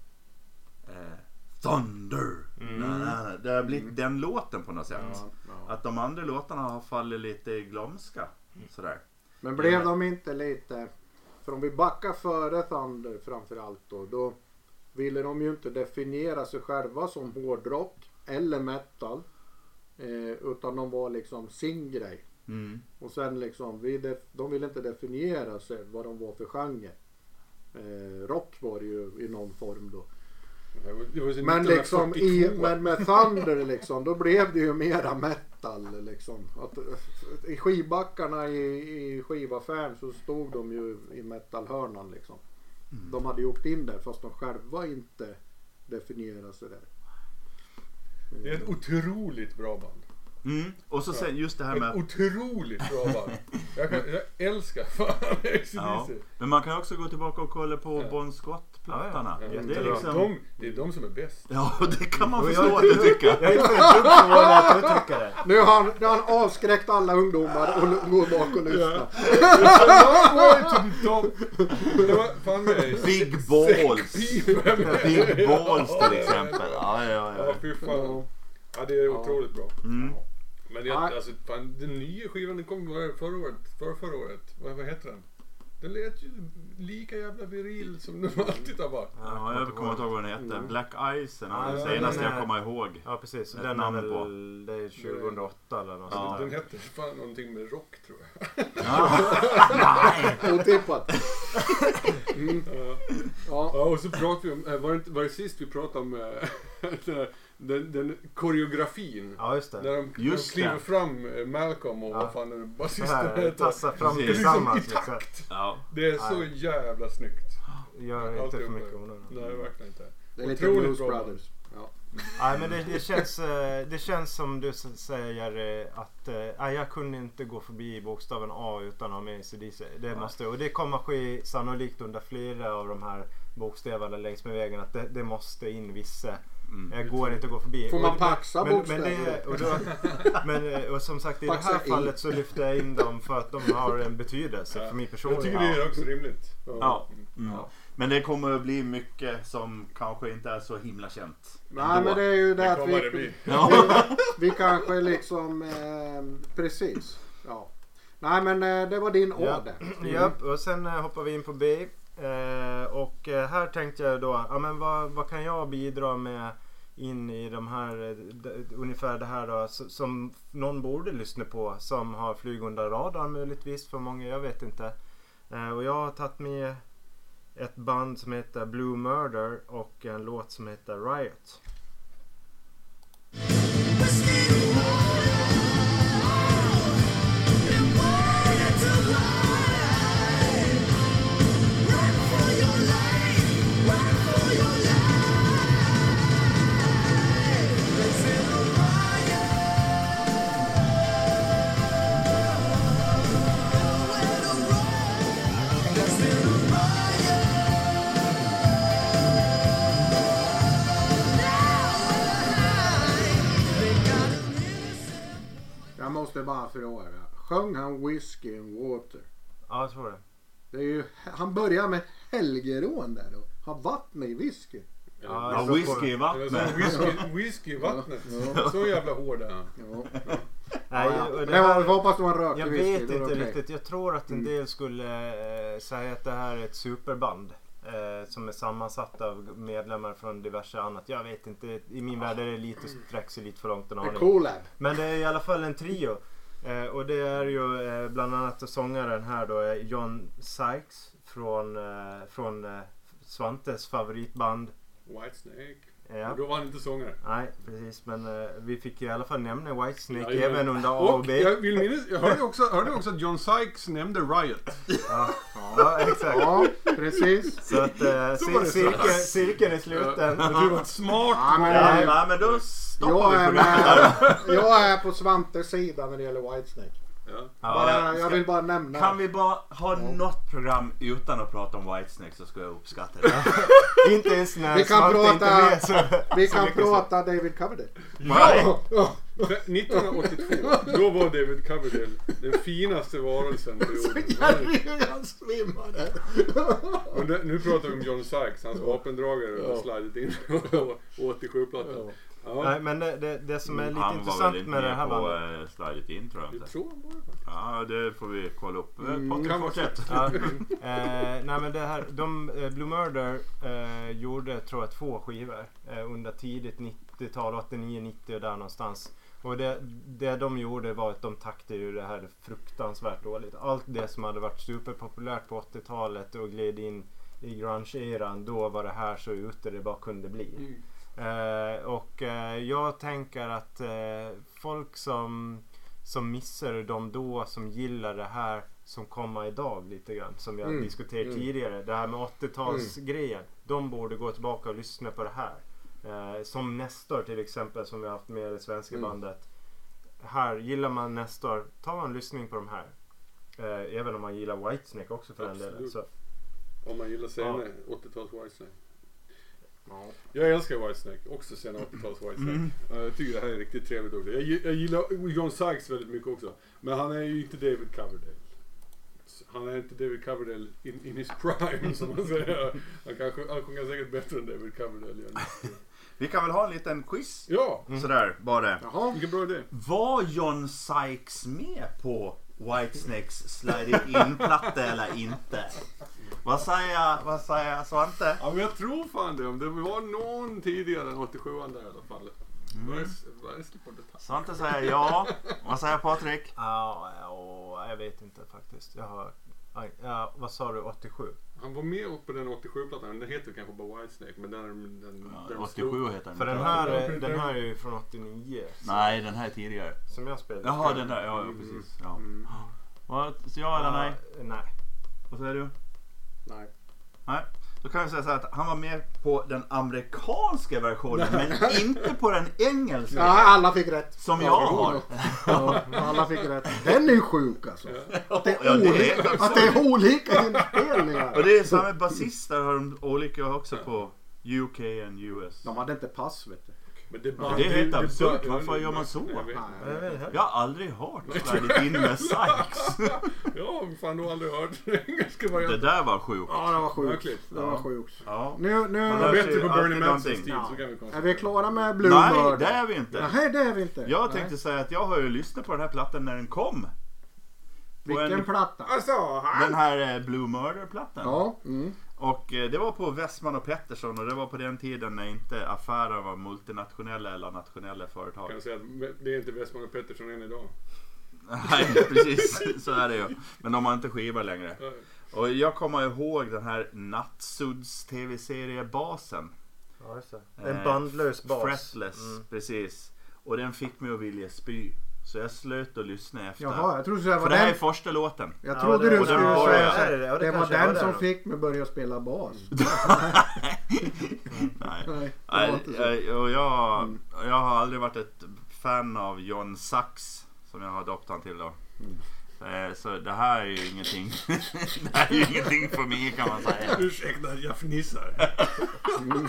Speaker 2: eh, Thunder.
Speaker 4: Mm.
Speaker 2: Na, na, na. Det har blivit
Speaker 1: Mm.
Speaker 2: den låten på något sätt.
Speaker 1: ja, ja.
Speaker 2: Att de andra låtarna har fallit lite i glömska. Sådär.
Speaker 1: Men blev de inte lite... För om vi backar före Thunder framförallt då. Då ville de ju inte definiera sig själva som hårdrock eller metal. Eh, utan de var liksom sin grej.
Speaker 2: Mm.
Speaker 1: Och sen liksom, vi def, de ville inte definiera sig vad de var för genre. Eh, rock var det ju i någon form då.
Speaker 3: Det var så
Speaker 1: Men liksom i,
Speaker 3: nittonhundrafyrtiotvå.
Speaker 1: men med Thunder liksom, då blev det ju mera metal liksom. Att, i skivbackarna i, i skivaffären så stod de ju i metalhörnan liksom. mm. de hade gjort in där fast de själva inte definierar sig där.
Speaker 3: Mm. Det är ett otroligt bra band.
Speaker 2: Mm. Och så sen just det här med...
Speaker 3: Ett otroligt bra band. Jag, kan, jag älskar fan A C D C.
Speaker 2: Ja. Men man kan också gå tillbaka och kolla på ja. Bon Scott-plattarna.
Speaker 3: Ja, ja.
Speaker 2: det, är liksom...
Speaker 3: de, det är de som är bäst.
Speaker 2: Ja, det kan man förstå att du tycker.
Speaker 4: Jag är inte förvånad att du tycker det.
Speaker 1: Nu har han, nu har han avskräckt alla ungdomar och går bak och lyssnar.
Speaker 3: Det var fan med
Speaker 2: Big Balls. Big Balls till exempel. Ja, ja, ja.
Speaker 3: Ja, fy fan. Ja, det är otroligt bra.
Speaker 2: Mm.
Speaker 3: Men jag, alltså, fan, den nya skivan den kom förra året, förra, förra året. Vad, vad heter den? Den lät ju lika jävla viril som den alltid har varit.
Speaker 2: Ja, jag kommer inte ihåg vad den heter. Mm. Black Ice, den ja, senaste jag kommer ihåg.
Speaker 4: Ja, precis. Den är väl på. Det är tjugohundraåtta eller något
Speaker 3: ja. Den hette fan någonting med rock, tror jag.
Speaker 2: Nej!
Speaker 1: Otippat.
Speaker 3: Mm. Ja. Ja. Ja, och så pratade vi om, var det, var det sist vi pratade om den, den koreografin.
Speaker 4: Ja, just det.
Speaker 3: När de,
Speaker 2: just
Speaker 3: de kliver
Speaker 2: det.
Speaker 3: fram Malcolm och ja. Vad fan är det?
Speaker 4: Basisten tassar fram tillsammans.
Speaker 3: Liksom i takt.
Speaker 2: Liksom. Ja.
Speaker 3: Det är så
Speaker 4: Nej.
Speaker 3: jävla snyggt.
Speaker 4: Gör inte för mycket onödigt.
Speaker 3: Nej, verkligen inte.
Speaker 1: Det är lite Blues Brothers. Ja.
Speaker 4: Nej, men det, det, känns, det känns som du säger att äh, jag kunde inte gå förbi bokstaven A utan att ha med A C D C. Det måste, och det kommer ske sannolikt under flera av de här bokstäverna längs med vägen att det, det måste in vissa. Mm. Jag går inte att gå förbi.
Speaker 1: Får man paxa
Speaker 4: men,
Speaker 1: bokstäver?
Speaker 4: Men, det, och, då, men och som sagt i paxa det här fallet så lyfter jag in dem för att de har en betydelse ja. För min personliga.
Speaker 3: Jag tycker det är också rimligt.
Speaker 2: Ja. Ja. Mm. Ja. Men det kommer att bli mycket som kanske inte är så himla känt.
Speaker 1: Nej, ändå. Men det är ju det, det att vi,
Speaker 3: det
Speaker 1: ja. vi, vi kanske liksom eh, precis. Ja. Nej, men eh, det var din A
Speaker 4: ja.
Speaker 1: där.
Speaker 4: Mm. Ja, och sen eh, hoppar vi in på B. Eh, och eh, här tänkte jag då, ja men vad, vad kan jag bidra med in i de här, de, ungefär det här då, som någon borde lyssna på som har flyg under radarn möjligtvis för många, jag vet inte. Eh, och jag har tagit med ett band som heter Blue Murder och en låt som heter Riot.
Speaker 1: Jag måste bara fråga. Sjöng han Whiskey and Water?
Speaker 4: Ja, jag tror det.
Speaker 1: Det är ju, han börjar med helgerån där då. Har vatten i whisky.
Speaker 2: Ja, ja whisky i vattnet.
Speaker 3: Whisky, whisky i vattnet. Ja. Så jävla hård är han. Ja. Ja.
Speaker 4: Nej,
Speaker 1: ja. Det här, jag hoppas man röker
Speaker 4: jag
Speaker 1: whisky.
Speaker 4: Jag vet inte
Speaker 1: okay.
Speaker 4: riktigt. Jag tror att en del skulle eh, säga att det här är ett superband. Eh, som är sammansatt av medlemmar från diverse annat. Jag vet inte. I min värld är det lite sträck sig lite för långt en aning.
Speaker 1: Cool.
Speaker 4: Men det är i alla fall en trio. Eh, och det är ju eh, bland annat sångaren här då är John Sykes från, eh, från eh, Svantes favoritband
Speaker 3: Whitesnake.
Speaker 4: Ja.
Speaker 3: Och då var han inte sångare.
Speaker 4: Nej, precis. Men uh, vi fick i alla fall nämna Whitesnake
Speaker 3: ja,
Speaker 4: även under A och B.
Speaker 3: Jag, vill minnas, jag hörde, också, hörde också att John Sykes nämnde Riot.
Speaker 4: Ja, ja exakt.
Speaker 1: Ja, precis.
Speaker 4: Så att uh, så cirkeln, cirkeln är sluten.
Speaker 3: Ja, du var smart.
Speaker 2: Ja, men, ja, ja, men då stoppar vi
Speaker 1: programmet. Jag är på Svantes sida när det gäller Whitesnake.
Speaker 3: Ja.
Speaker 1: Bara, jag vill bara nämna.
Speaker 2: Kan vi bara ha ja. något program utan att prata om Whitesnake så ska jag uppskatta det.
Speaker 4: Inte ens när
Speaker 1: vi kan prata,
Speaker 4: inte med, så,
Speaker 1: vi
Speaker 4: så
Speaker 1: kan prata så. David Coverdale.
Speaker 3: Ja! ja. nittonhundraåttiotvå då var David Coverdale den finaste varelsen på jorden.
Speaker 1: Han svimmade.
Speaker 3: Och det, nu pratar vi om John Sykes, hans vapendragare och slidit in och åttiosju-plattan.
Speaker 4: Ja. Nej, men det, det, det som är lite han intressant med det här
Speaker 2: var väl inte på slidet in, tror jag inte.
Speaker 3: Jag tror han var det.
Speaker 2: Ja, det får vi kolla upp.
Speaker 3: Mm,
Speaker 2: Patrik, fortsätt.
Speaker 4: Ja. eh, nej, men det här, de, eh, Blue Murder eh, gjorde, tror jag, två skivor eh, under tidigt nittiotal, åttionio nittio och där någonstans. Och det, det de gjorde var att de taktade ju det här fruktansvärt dåligt. Allt det som hade varit superpopulärt på åttiotalet och gled in i grunge-eran, då var det här så ute det bara kunde bli. Mm. Uh, och uh, jag tänker att uh, folk som, som missar dem då, som gillar det här, som kommer idag lite grann. Som jag
Speaker 1: Mm.
Speaker 4: diskuterat
Speaker 1: Mm.
Speaker 4: tidigare. Det här med åttiotalsgrejen. Mm. De borde gå tillbaka och lyssna på det här. Eh, som Nestor till exempel, som vi har haft med i det svenska mm. bandet. Här, gillar man Nestor, ta en lyssning på de här. Eh, även om man gillar Whitesnake också för
Speaker 3: Absolut.
Speaker 4: den delen. Så.
Speaker 3: Om man gillar senare
Speaker 4: ja.
Speaker 3: åttio-tals Whitesnake.
Speaker 1: Ja.
Speaker 3: Jag älskar Whitesnake, också sen åttio-tals Whitesnake.
Speaker 2: Mm.
Speaker 3: Jag tycker det här är riktigt trevligt också. Jag, jag gillar John Sykes väldigt mycket också. Men han är ju inte David Coverdale. Han är inte David Coverdale in, in his prime, som man säger. Han, kanske, han sjunger säkert bättre än David Coverdale.
Speaker 2: Vi kan väl ha en liten quiz?
Speaker 3: Ja!
Speaker 2: Mm. Sådär, bara.
Speaker 3: Jaha, vilken bra idé.
Speaker 2: Var John Sykes med på Whitesnakes Slide It In-platta eller inte? Vad säger, vad säger Svante?
Speaker 3: Ja, men jag tror fan det. Om det var någon tidigare än åttiosjuan där i alla fall. Mm.
Speaker 2: Svante säger ja. Vad säger Patrik?
Speaker 4: Ja, ja, jag vet inte faktiskt. Jag har, ja, vad sa du, åttiosju?
Speaker 3: Han var med på den åttiosju-plattan. Den heter kanske bara Whitesnake. Men den, den,
Speaker 2: ja,
Speaker 3: den
Speaker 2: åttiosju
Speaker 3: stod...
Speaker 2: heter den.
Speaker 4: För den här, den här är ju från åttionio.
Speaker 2: Nej, den här är tidigare.
Speaker 4: Som jag spelade.
Speaker 2: Jaha, den där. Ja, ja precis. Ja. Mm. Vad, så ja eller nej?
Speaker 4: Uh, nej.
Speaker 2: Vad säger du?
Speaker 1: Nej.
Speaker 2: Nej. Då kan jag säga så här att han var med på den amerikanska versionen men inte på den engelska.
Speaker 1: Ja, alla fick rätt.
Speaker 2: Som jag har.
Speaker 1: Ja, alla fick rätt. Den är ju sjuk alltså. Att det är,
Speaker 2: Ja, det är
Speaker 1: olika, att det är olika inspelningar.
Speaker 2: Och det är samma basister har de olika också på U K and U S.
Speaker 1: De hade inte pass, vet du.
Speaker 3: Men det,
Speaker 2: Men det är helt absurt. Varför gör man så? Jag har aldrig hört Slide It In med Sykes.
Speaker 3: Ja, fan, du har aldrig hört engelska varianten.
Speaker 2: Det där var sjukt.
Speaker 1: Ja, det var sjukt.
Speaker 3: Verkligen.
Speaker 1: Det var sjukt.
Speaker 2: Ja.
Speaker 1: Nu, nu
Speaker 3: Man är bättre på Bernie Mansons
Speaker 2: någonting.
Speaker 3: tid,
Speaker 1: Ja.
Speaker 3: så kan vi konstatera.
Speaker 1: Är vi klara med Blue
Speaker 2: Nej,
Speaker 1: Murder?
Speaker 2: det är vi inte.
Speaker 1: Nej, det är vi inte.
Speaker 2: Jag tänkte
Speaker 1: Nej.
Speaker 2: säga att jag har ju lyssnat på den här plattan när den kom. På
Speaker 1: Vilken
Speaker 2: en,
Speaker 1: platta?
Speaker 3: Alltså,
Speaker 2: den här eh, Blue Murder-plattan.
Speaker 1: Ja. Mm.
Speaker 2: Och eh, det var på Westman och Pettersson och det var på den tiden när inte affärer var multinationella eller nationella företag.
Speaker 3: kan jag säga att det är inte Westman och Pettersson än idag.
Speaker 2: Nej, precis. Så är det ju. Men de har inte skivar längre. Och jag kommer ihåg den här Nattsuds tv-seriebasen.
Speaker 4: Ja, just det. En bandlös bas.
Speaker 2: Fretless,
Speaker 4: Mm.
Speaker 2: precis. Och den fick mig att vilja spy. Så jag slöt och lyssnade efter.
Speaker 1: Jaha, jag trodde det var
Speaker 2: För det här är
Speaker 1: den.
Speaker 2: första låten.
Speaker 1: Jag
Speaker 4: Ja,
Speaker 1: trodde
Speaker 4: det-
Speaker 1: du
Speaker 2: och den
Speaker 1: skulle
Speaker 2: var-
Speaker 1: säga
Speaker 2: ja,
Speaker 1: så här,
Speaker 4: det- ja, det
Speaker 1: det var
Speaker 4: kanske
Speaker 1: den
Speaker 4: var
Speaker 1: som
Speaker 4: det då.
Speaker 1: fick mig börja spela bas.
Speaker 2: Nej.
Speaker 1: Nej, det var
Speaker 2: Nej,
Speaker 1: inte så.
Speaker 2: jag, och jag,
Speaker 1: Mm.
Speaker 2: jag har aldrig varit ett fan av John Sykes som jag har döpt han till då. Mm. Så det här är ju ingenting. Det här är ju ingenting för mig kan man säga.
Speaker 3: Ursäkta att jag fnissar.
Speaker 1: Mm.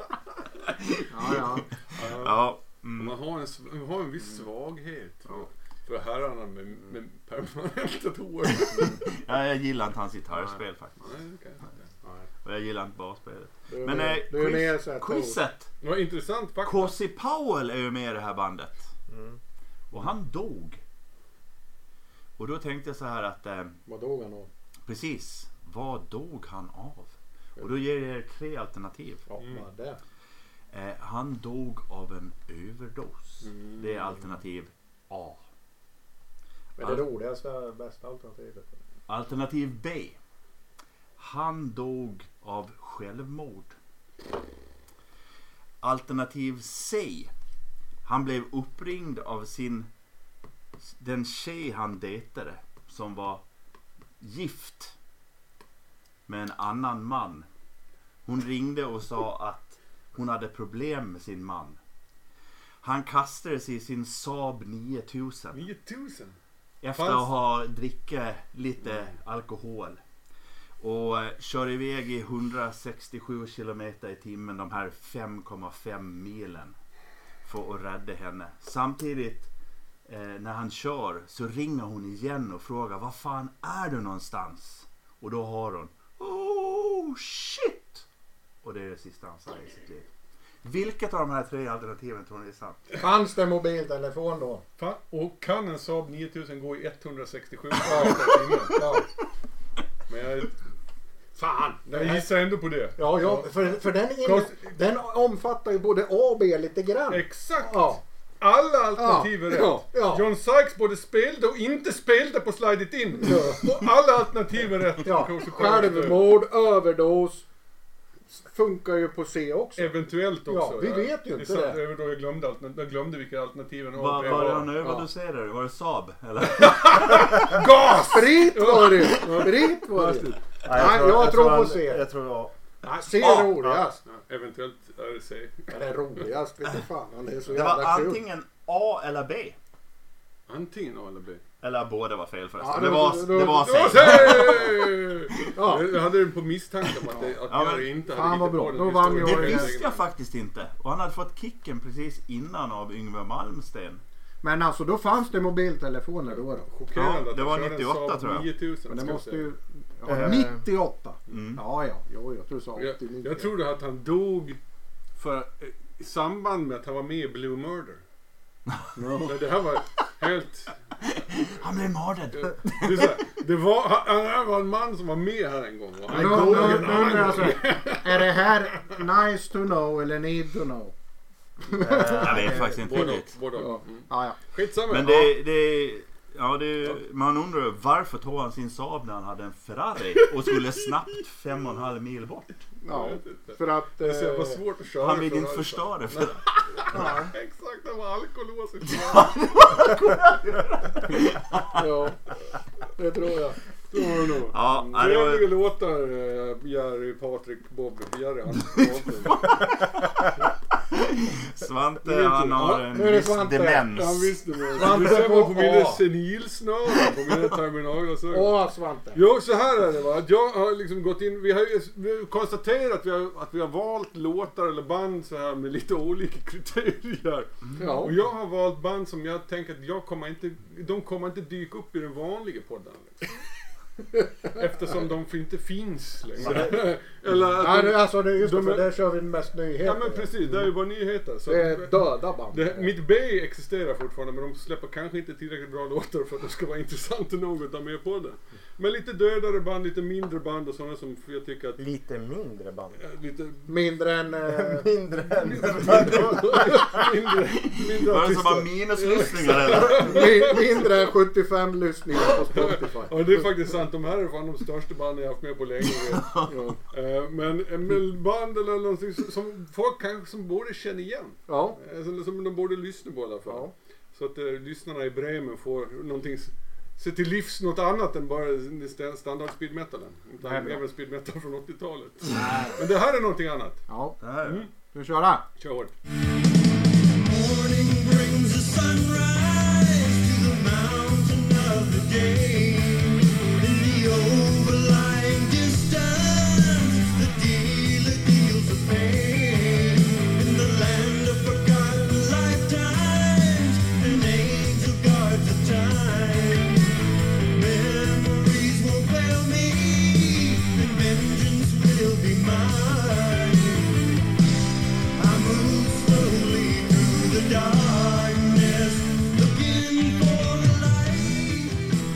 Speaker 1: Ja, ja.
Speaker 2: Ja. Mm.
Speaker 3: Man har en, sv- man har en viss svaghet för, för herrarna med, med permanenta hår.
Speaker 2: Ja, jag gillar inte hans gitarrspel faktiskt.
Speaker 3: Nej, det kan jag inte.
Speaker 2: Och jag gillar inte basspelet.
Speaker 1: Du är
Speaker 2: Men
Speaker 1: mer-
Speaker 2: eh,
Speaker 1: du är mer
Speaker 2: quiz,
Speaker 1: så här
Speaker 2: quizet.
Speaker 3: Det var intressant faktiskt.
Speaker 2: K C Powell är ju med i det här bandet.
Speaker 4: Mm.
Speaker 2: Och han dog. Och då tänkte jag så här att eh,
Speaker 1: Vad dog han av?
Speaker 2: precis, vad dog han av? Och då ger jag er tre alternativ.
Speaker 1: Ja,
Speaker 3: Mm.
Speaker 1: vad det?
Speaker 2: Eh, han dog av en överdos.
Speaker 3: Mm.
Speaker 2: Det är alternativ A.
Speaker 1: Men det roligaste, bästa alternativet.
Speaker 2: Alternativ B. Han dog av självmord. Alternativ C. Han blev uppringd av sin den tjej han dejtade som var gift med en annan man. Hon ringde och sa att hon hade problem med sin man. Han kastade sig i sin Saab nio tusen
Speaker 3: nio tusen?
Speaker 2: efter
Speaker 3: Fanns-
Speaker 2: att ha drickat lite alkohol. Och eh, kör iväg i hundrasextiosju kilometer i timmen de här fem komma fem milen för att rädda henne. Samtidigt eh, när han kör så ringer hon igen och frågar vad fan är du någonstans? Och då har hon oh shit! Och det är det sista han säger i sitt liv. Vilket av de här tre alternativen tror ni är sant?
Speaker 1: Fanns det mobiltelefon då?
Speaker 3: Fan, och kan en Saab nio tusen gå i etthundrasextiosju
Speaker 1: Ja.
Speaker 3: timmar?
Speaker 1: Ja.
Speaker 3: Men jag,
Speaker 1: Fan!
Speaker 3: jag gissar ändå på det.
Speaker 1: Ja, ja för, för den, in,
Speaker 3: Kost-
Speaker 1: den omfattar ju både A och B lite grann.
Speaker 3: Exakt!
Speaker 1: Ja.
Speaker 3: Alla alternativ är rätt.
Speaker 1: Ja, ja.
Speaker 3: John Sykes både spelade och inte spelade på Slide It In.
Speaker 1: Ja.
Speaker 3: Och alla alternativ är rätt.
Speaker 1: Ja.
Speaker 3: Också själv-
Speaker 1: Självmord, överdos, funkar ju på C också.
Speaker 3: Eventuellt också.
Speaker 1: Ja, vi vet ju
Speaker 3: det.
Speaker 1: inte
Speaker 3: det.
Speaker 1: det.
Speaker 3: Jag, då jag, glömde allt, jag glömde vilka alternativen
Speaker 2: Va, var. Var det han
Speaker 1: ja.
Speaker 2: överdoserade? Var det Saab? Eller?
Speaker 1: Gas! Sprit var det! Sprit var det! Nej, jag tror, jag tror på C.
Speaker 4: Jag tror ja.
Speaker 1: Nej, C är roligast.
Speaker 3: Ja, eventuellt är det C.
Speaker 1: Det är roligast, vet du fan. Det är så
Speaker 2: Det var
Speaker 1: jävla kul.
Speaker 2: antingen A eller B.
Speaker 3: Antingen A eller B.
Speaker 2: Eller båda var fel förresten.
Speaker 1: Ja,
Speaker 2: det,
Speaker 1: det-
Speaker 2: var,
Speaker 1: det-
Speaker 2: det var
Speaker 3: Det var
Speaker 2: C.
Speaker 3: C!
Speaker 1: Ja.
Speaker 3: Jag hade den på misstanke om att, det, att
Speaker 2: Ja,
Speaker 3: jag
Speaker 2: men
Speaker 3: inte
Speaker 1: fan
Speaker 3: hade
Speaker 1: vad
Speaker 3: hittat
Speaker 1: bra.
Speaker 3: på
Speaker 1: Då
Speaker 3: den
Speaker 1: vann
Speaker 3: historien.
Speaker 2: Det
Speaker 1: jag.
Speaker 2: visste jag faktiskt inte. Och han hade fått kicken precis innan av Yngve Malmsten.
Speaker 1: Men alltså då fanns det mobiltelefoner då. då.
Speaker 3: Chockerande
Speaker 2: Ja,
Speaker 3: att
Speaker 2: det
Speaker 3: jag
Speaker 2: var
Speaker 3: körde en
Speaker 2: nittioåtta,
Speaker 3: Saab
Speaker 2: tror jag.
Speaker 3: nio tusen.
Speaker 1: Men det
Speaker 3: ska
Speaker 1: måste
Speaker 3: jag
Speaker 1: ju...
Speaker 3: säga.
Speaker 1: Ja,
Speaker 4: Eh.
Speaker 1: nittioåtta.
Speaker 2: Mm.
Speaker 1: Ja, ja. Jo, jag tror du sa
Speaker 3: Jag,
Speaker 1: åttionio.
Speaker 3: jag trodde att han dog för, eh, i samband med att han var med i Blue Murder. Men det här var helt...
Speaker 2: Han blev mördad.
Speaker 3: Det, är så här, det var, han, han var en man som var med här en gång. Och han
Speaker 1: Nu,
Speaker 3: dog
Speaker 1: nu,
Speaker 3: en
Speaker 1: nu
Speaker 3: annan
Speaker 1: undrar jag
Speaker 3: gång.
Speaker 1: så här, är det här nice to know eller need to know?
Speaker 2: Jag vet faktiskt inte
Speaker 3: Både
Speaker 2: riktigt.
Speaker 3: och, både och.
Speaker 1: Ja,
Speaker 3: Mm.
Speaker 1: ja. ja.
Speaker 3: Skitsamma.
Speaker 2: Men det, det, ja, det, man undrar ju varför tog han sin Saab när han hade en Ferrari och skulle snabbt fem och en halv mil bort.
Speaker 1: ja.
Speaker 3: Jag vet inte.
Speaker 1: För att...
Speaker 3: Det är så jävla
Speaker 1: Eh,
Speaker 3: svårt att köra.
Speaker 2: Han vill
Speaker 3: för
Speaker 2: inte
Speaker 3: alltså.
Speaker 2: förstöra för
Speaker 1: ja,
Speaker 3: Exakt, det var alkolås i
Speaker 1: ja, det tror jag.
Speaker 3: Det var det nog.
Speaker 2: Ja, ja, det var-
Speaker 3: Trevliga låtar, eh, Jerry, Patrik, Bob, Jerry. Han,
Speaker 2: Svante, han har en
Speaker 1: Nu är det
Speaker 2: viss
Speaker 1: Svante.
Speaker 2: demens.
Speaker 3: han visste det.
Speaker 1: Svante
Speaker 3: Du ser
Speaker 1: på
Speaker 3: på mina
Speaker 1: A.
Speaker 3: senilsnören på mina terminalglasögon.
Speaker 1: Åh, Svante.
Speaker 3: Jo, så här är det va. Att jag har liksom gått in, vi har ju vi har konstaterat att vi har, att vi har valt låtar eller band så här med lite olika kriterier.
Speaker 1: Ja.
Speaker 3: Och jag har valt band som jag tänker att jag kommer inte, de kommer inte dyka upp i den vanliga podden. Liksom. Eftersom de inte finns längre. Eller att
Speaker 1: Nej,
Speaker 3: de,
Speaker 1: det, alltså, det är just
Speaker 3: de
Speaker 1: det,
Speaker 3: är-
Speaker 1: för där kör vi mest nyheter.
Speaker 3: ja men precis, det är ju bara nyheter. Så
Speaker 1: Det är döda band.
Speaker 3: det, mitt B existerar fortfarande men de släpper kanske inte tillräckligt bra låtar för att det ska vara intressant nog att ta med på det. Men lite dödare band, lite mindre band och sådana som jag tycker att...
Speaker 4: Lite mindre band.
Speaker 3: eh, Lite
Speaker 1: Mindre än... Eh,
Speaker 4: Mindre än...
Speaker 3: mindre, mindre
Speaker 2: Var det som var
Speaker 3: artister.
Speaker 2: minuslyssningar eller?
Speaker 1: mi, mindre än sjuttiofem lyssningar på Spotify.
Speaker 3: Ja det är faktiskt sant, de här är fan de största banden jag haft med på länge.
Speaker 1: Ja.
Speaker 3: Eh, Men en band eller någonting som- som folk kanske som borde känna igen.
Speaker 1: Ja.
Speaker 3: Eh, Som som de borde lyssna på i alla fall.
Speaker 1: Ja.
Speaker 3: Så att eh, lyssnarna i Bremen får någonting, se till livs något annat än bara st- standard speed metalen.
Speaker 1: Det här är
Speaker 3: Utan
Speaker 1: bra.
Speaker 3: även speed metal från åttiotalet. Men det här är någonting annat.
Speaker 1: Ja.
Speaker 2: Det här,
Speaker 3: Mm.
Speaker 1: Ska vi köra?
Speaker 3: Kör hårt.
Speaker 5: Morning brings the sunrise to the mountain of the day. In the overlying distance, the dealer deals the pain. In the land of forgotten lifetimes, an angel guards the time. Memories won't fail me, and vengeance will be mine. I move slowly through the darkness, looking for the light.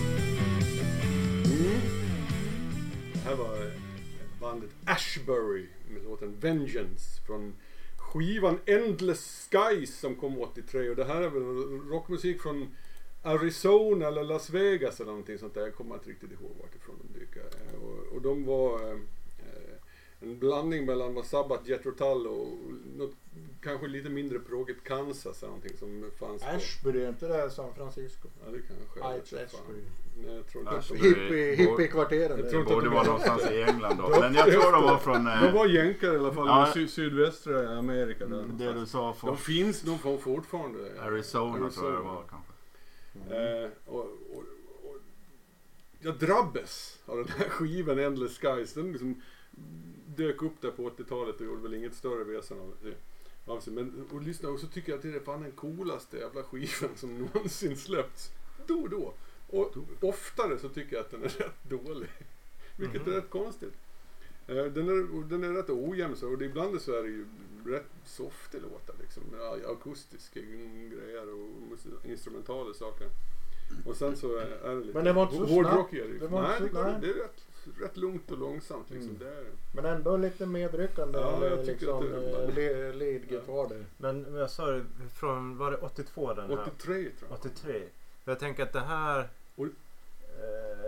Speaker 3: Det här var bandet Ashbury med låten Vengeance från skivan Endless Skies som kom åttiotre. Och det här är väl rockmusik från Arizona eller Las Vegas eller någonting sånt där. Jag kommer inte riktigt ihåg vartifrån de dyker. Eh, Och, och de var eh, en blandning mellan vad Sabbath, Jethro Tull och något, kanske lite mindre prågigt Kansas eller någonting som fanns på.
Speaker 1: Ashbury, är inte det San Francisco?
Speaker 3: Ja, det kanske är.
Speaker 1: Nej,
Speaker 3: Jag vet
Speaker 1: Ashbury.
Speaker 3: fan. Nej, jag tror inte att
Speaker 2: Ashbury.
Speaker 3: de,
Speaker 1: Hippie, hippiekvarteren.
Speaker 3: Jag
Speaker 1: där.
Speaker 3: tror
Speaker 2: det borde vara någonstans i England då. Men jag
Speaker 3: Ja,
Speaker 2: tror de var från
Speaker 3: de
Speaker 2: eh,
Speaker 3: var jänkare i alla fall
Speaker 2: Ja.
Speaker 3: i sy- sydvästra Amerika. Där.
Speaker 2: det du sa
Speaker 3: De
Speaker 2: från
Speaker 3: finns, de får fortfarande.
Speaker 2: Arizona, tror jag det var kanske.
Speaker 3: Eh, och, och, och, jag drabbes av den här skivan Endless Skies. Den liksom dök upp där på åttiotalet och gjorde väl inget större väsen av det. Av sig. Men och lyssna, och så tycker jag att det är fan den coolaste jävla skivan som någonsin släppts. Då och då. Och oftare så tycker jag att den är rätt dålig. Vilket är rätt konstigt. Eh, Den är, och den är rätt ojämn så, och det, ibland så är det ju rätt softa låtar liksom, med akustiska grejer och mus- instrumentala saker. Och sen så är är det lite
Speaker 1: Men det var inte så
Speaker 3: hårdrock i det.
Speaker 1: Det var
Speaker 3: Nej,
Speaker 1: inte
Speaker 3: det,
Speaker 1: så-
Speaker 3: går-
Speaker 1: nej.
Speaker 3: det är rätt, rätt lugnt och långsamt liksom.
Speaker 1: Mm.
Speaker 3: Det är,
Speaker 1: Men ändå lite medryckande.
Speaker 3: Ja, jag
Speaker 1: eller
Speaker 3: tycker
Speaker 1: liksom,
Speaker 3: att det-
Speaker 1: eh, le- leadgitarr där.
Speaker 4: Men jag sa det, från, var det åttiotvå den här?
Speaker 3: åttiotre tror jag.
Speaker 4: åttiotre. Jag tänker att det här
Speaker 3: Och-
Speaker 4: eh,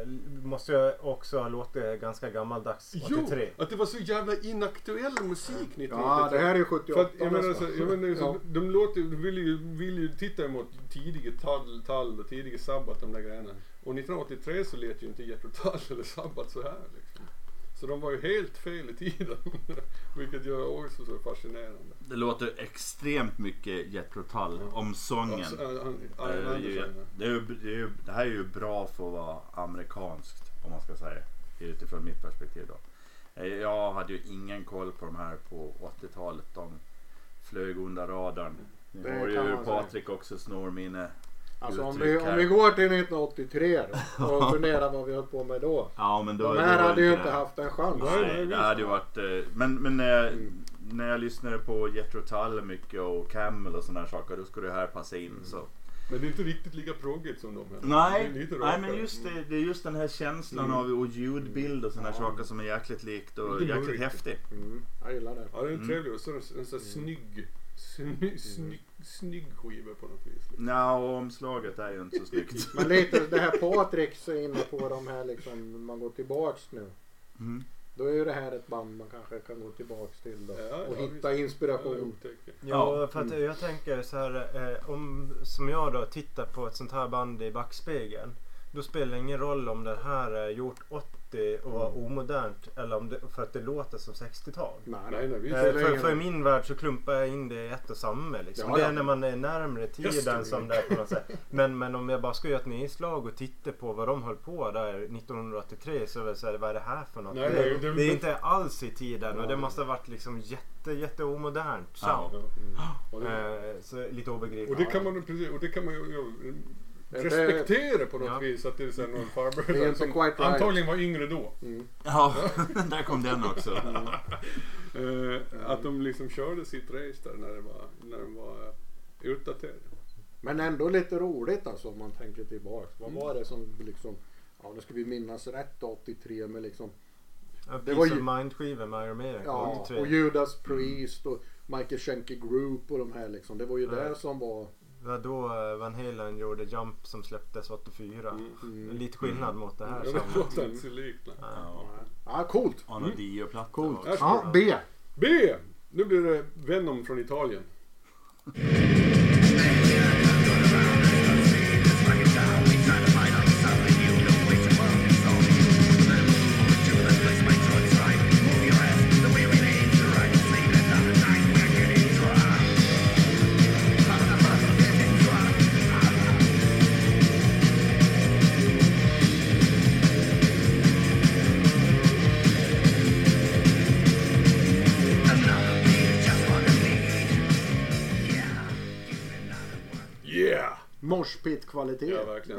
Speaker 4: måste ju också ha låtit ganska gammaldags åttiotre.
Speaker 3: Jo, att det var så jävla inaktuell musik nittonhundraåttiotre.
Speaker 1: Ja, det här är
Speaker 3: För
Speaker 1: sjuttioåtta.
Speaker 3: att, jag menar,
Speaker 1: nästan.
Speaker 3: så, jag menar, så,
Speaker 1: Ja.
Speaker 3: de, låter, de vill, ju, vill ju titta emot tidiga Tall, Tall och tidiga Sabbath, de där grejerna. Och nittonhundraåttiotre så lät ju inte Jethro Tull eller Sabbath så här liksom. Så de var ju helt fel i tiden. Vilket gör också så fascinerande.
Speaker 2: Det låter extremt mycket Jethro Tull om sången.
Speaker 3: Alltså, han- han-
Speaker 2: Det
Speaker 3: Arne
Speaker 2: är ju-
Speaker 3: Andersson, ja.
Speaker 2: det, är ju, det, är ju, det här är ju bra för att vara amerikanskt, om man ska säga, utifrån mitt perspektiv då. Eh, Jag hade ju ingen koll på de här på åttiotalet. De flög under radarn. Nu
Speaker 1: Det
Speaker 2: har
Speaker 1: kan
Speaker 2: ju
Speaker 1: man
Speaker 2: Patrik också snorminne.
Speaker 1: Alltså om
Speaker 2: uttryck
Speaker 1: vi, om
Speaker 2: här.
Speaker 1: vi går till nittonhundraåttiotre då, och funderar vad vi höll på med då.
Speaker 2: Ja, men då,
Speaker 1: De
Speaker 2: då
Speaker 1: här
Speaker 2: var
Speaker 1: hade ju
Speaker 2: det
Speaker 1: inte
Speaker 2: här.
Speaker 1: haft en chans.
Speaker 3: Nej, nej,
Speaker 2: Nej, det
Speaker 3: visst.
Speaker 2: hade ju varit... eh, Men, men när, jag,
Speaker 1: Mm.
Speaker 2: när jag lyssnade på Jethro Tull mycket och Camel och sådana här saker, då skulle det här passa in. Så.
Speaker 3: Men det är inte riktigt lika proggigt som de här.
Speaker 2: Nej,
Speaker 3: Det är lite
Speaker 2: nej
Speaker 3: rakare.
Speaker 2: men just det, det är just den här känslan
Speaker 3: Mm.
Speaker 2: av och ljudbild och sådana här
Speaker 3: Ja.
Speaker 2: saker som är jäkligt likt och
Speaker 3: Lite
Speaker 2: jäkligt
Speaker 3: mörkt.
Speaker 2: häftig.
Speaker 1: Mm, jag gillar det.
Speaker 3: Ja, det är en
Speaker 2: Mm.
Speaker 3: trevlig och så är det en sån här snygg, snygg, snygg, snygg skiva på något vis. Liksom.
Speaker 2: Ja, och omslaget är ju inte så snyggt.
Speaker 1: Men lite det här Patrik är inne på de här liksom, man går tillbaks nu.
Speaker 2: Mm.
Speaker 1: Då är ju det här ett band man kanske kan gå tillbaks till då.
Speaker 3: Ja,
Speaker 1: och
Speaker 3: ja,
Speaker 1: hitta
Speaker 3: visst.
Speaker 1: inspiration.
Speaker 3: Ja, upptäcker.
Speaker 4: Ja, för att jag tänker så här, eh, om som jag då tittar på ett sånt här band i backspegeln, då spelar det ingen roll om det här är gjort åttio och var omodernt eller om det, för att det låter som sextiotal.
Speaker 1: Nej,
Speaker 3: Nej, nej, visst.
Speaker 4: Eh,
Speaker 1: spelar
Speaker 4: för,
Speaker 1: ingen
Speaker 4: för i
Speaker 1: roll.
Speaker 4: min värld så klumpar jag in det i ett och samma liksom.
Speaker 1: Ja,
Speaker 4: Det
Speaker 1: ja.
Speaker 4: är när man är närmare tiden
Speaker 3: History.
Speaker 4: som det är på något sätt. Men, men om jag bara ska göra ett nedslag och titta på vad de höll på där nittonhundraåttiotre så är det så här, vad är det här för något?
Speaker 3: Nej,
Speaker 4: det,
Speaker 3: nej, det-
Speaker 4: det är inte alls i tiden och
Speaker 3: Ja.
Speaker 4: det måste ha varit liksom jätte, jätte omodernt
Speaker 2: Ja.
Speaker 4: sound.
Speaker 3: Ja. Och det-
Speaker 4: Eh, så lite obegripligt.
Speaker 3: Och det kan man precis, och det kan man ju ju
Speaker 1: Det-
Speaker 3: respektera på något
Speaker 4: Ja.
Speaker 3: vis att det är så här någon
Speaker 1: Det är
Speaker 3: farbror
Speaker 1: inte
Speaker 3: som
Speaker 1: quite right.
Speaker 3: antagligen var yngre då.
Speaker 1: Mm.
Speaker 2: Ja, där kom den också.
Speaker 3: Eh, att de liksom körde sitt race där när det var, när de var eh, utdaterade.
Speaker 1: Men ändå lite roligt alltså om man tänker tillbaks. Vad
Speaker 3: Mm.
Speaker 1: var det som liksom, ja nu ska vi minnas rätt åttiotre men liksom,
Speaker 4: Ja,
Speaker 1: det
Speaker 4: Peace
Speaker 1: var
Speaker 4: of
Speaker 1: ju-
Speaker 4: Mind skiva med Iron Maiden
Speaker 1: ja
Speaker 4: åttiotre.
Speaker 1: och Judas Priest och Michael Schenker Group och de här liksom. Det var ju
Speaker 4: Ja.
Speaker 1: det som var,
Speaker 4: Det var då eh, Van Halen gjorde Jump som släpptes åttiofyra.
Speaker 3: Mm.
Speaker 1: mm.
Speaker 4: Lite skillnad mot det här.
Speaker 3: Ja,
Speaker 4: som-
Speaker 3: det låter inte så likt. nej.
Speaker 4: Ja.
Speaker 1: ja coolt.
Speaker 2: Och någon Dio-platta.
Speaker 1: Coolt.
Speaker 2: också.
Speaker 3: Här ska
Speaker 1: Ja, B.
Speaker 3: B! Nu blir det Venom från Italien. Yeah!
Speaker 1: Moshpit-kvalitet.
Speaker 3: Ja, verkligen.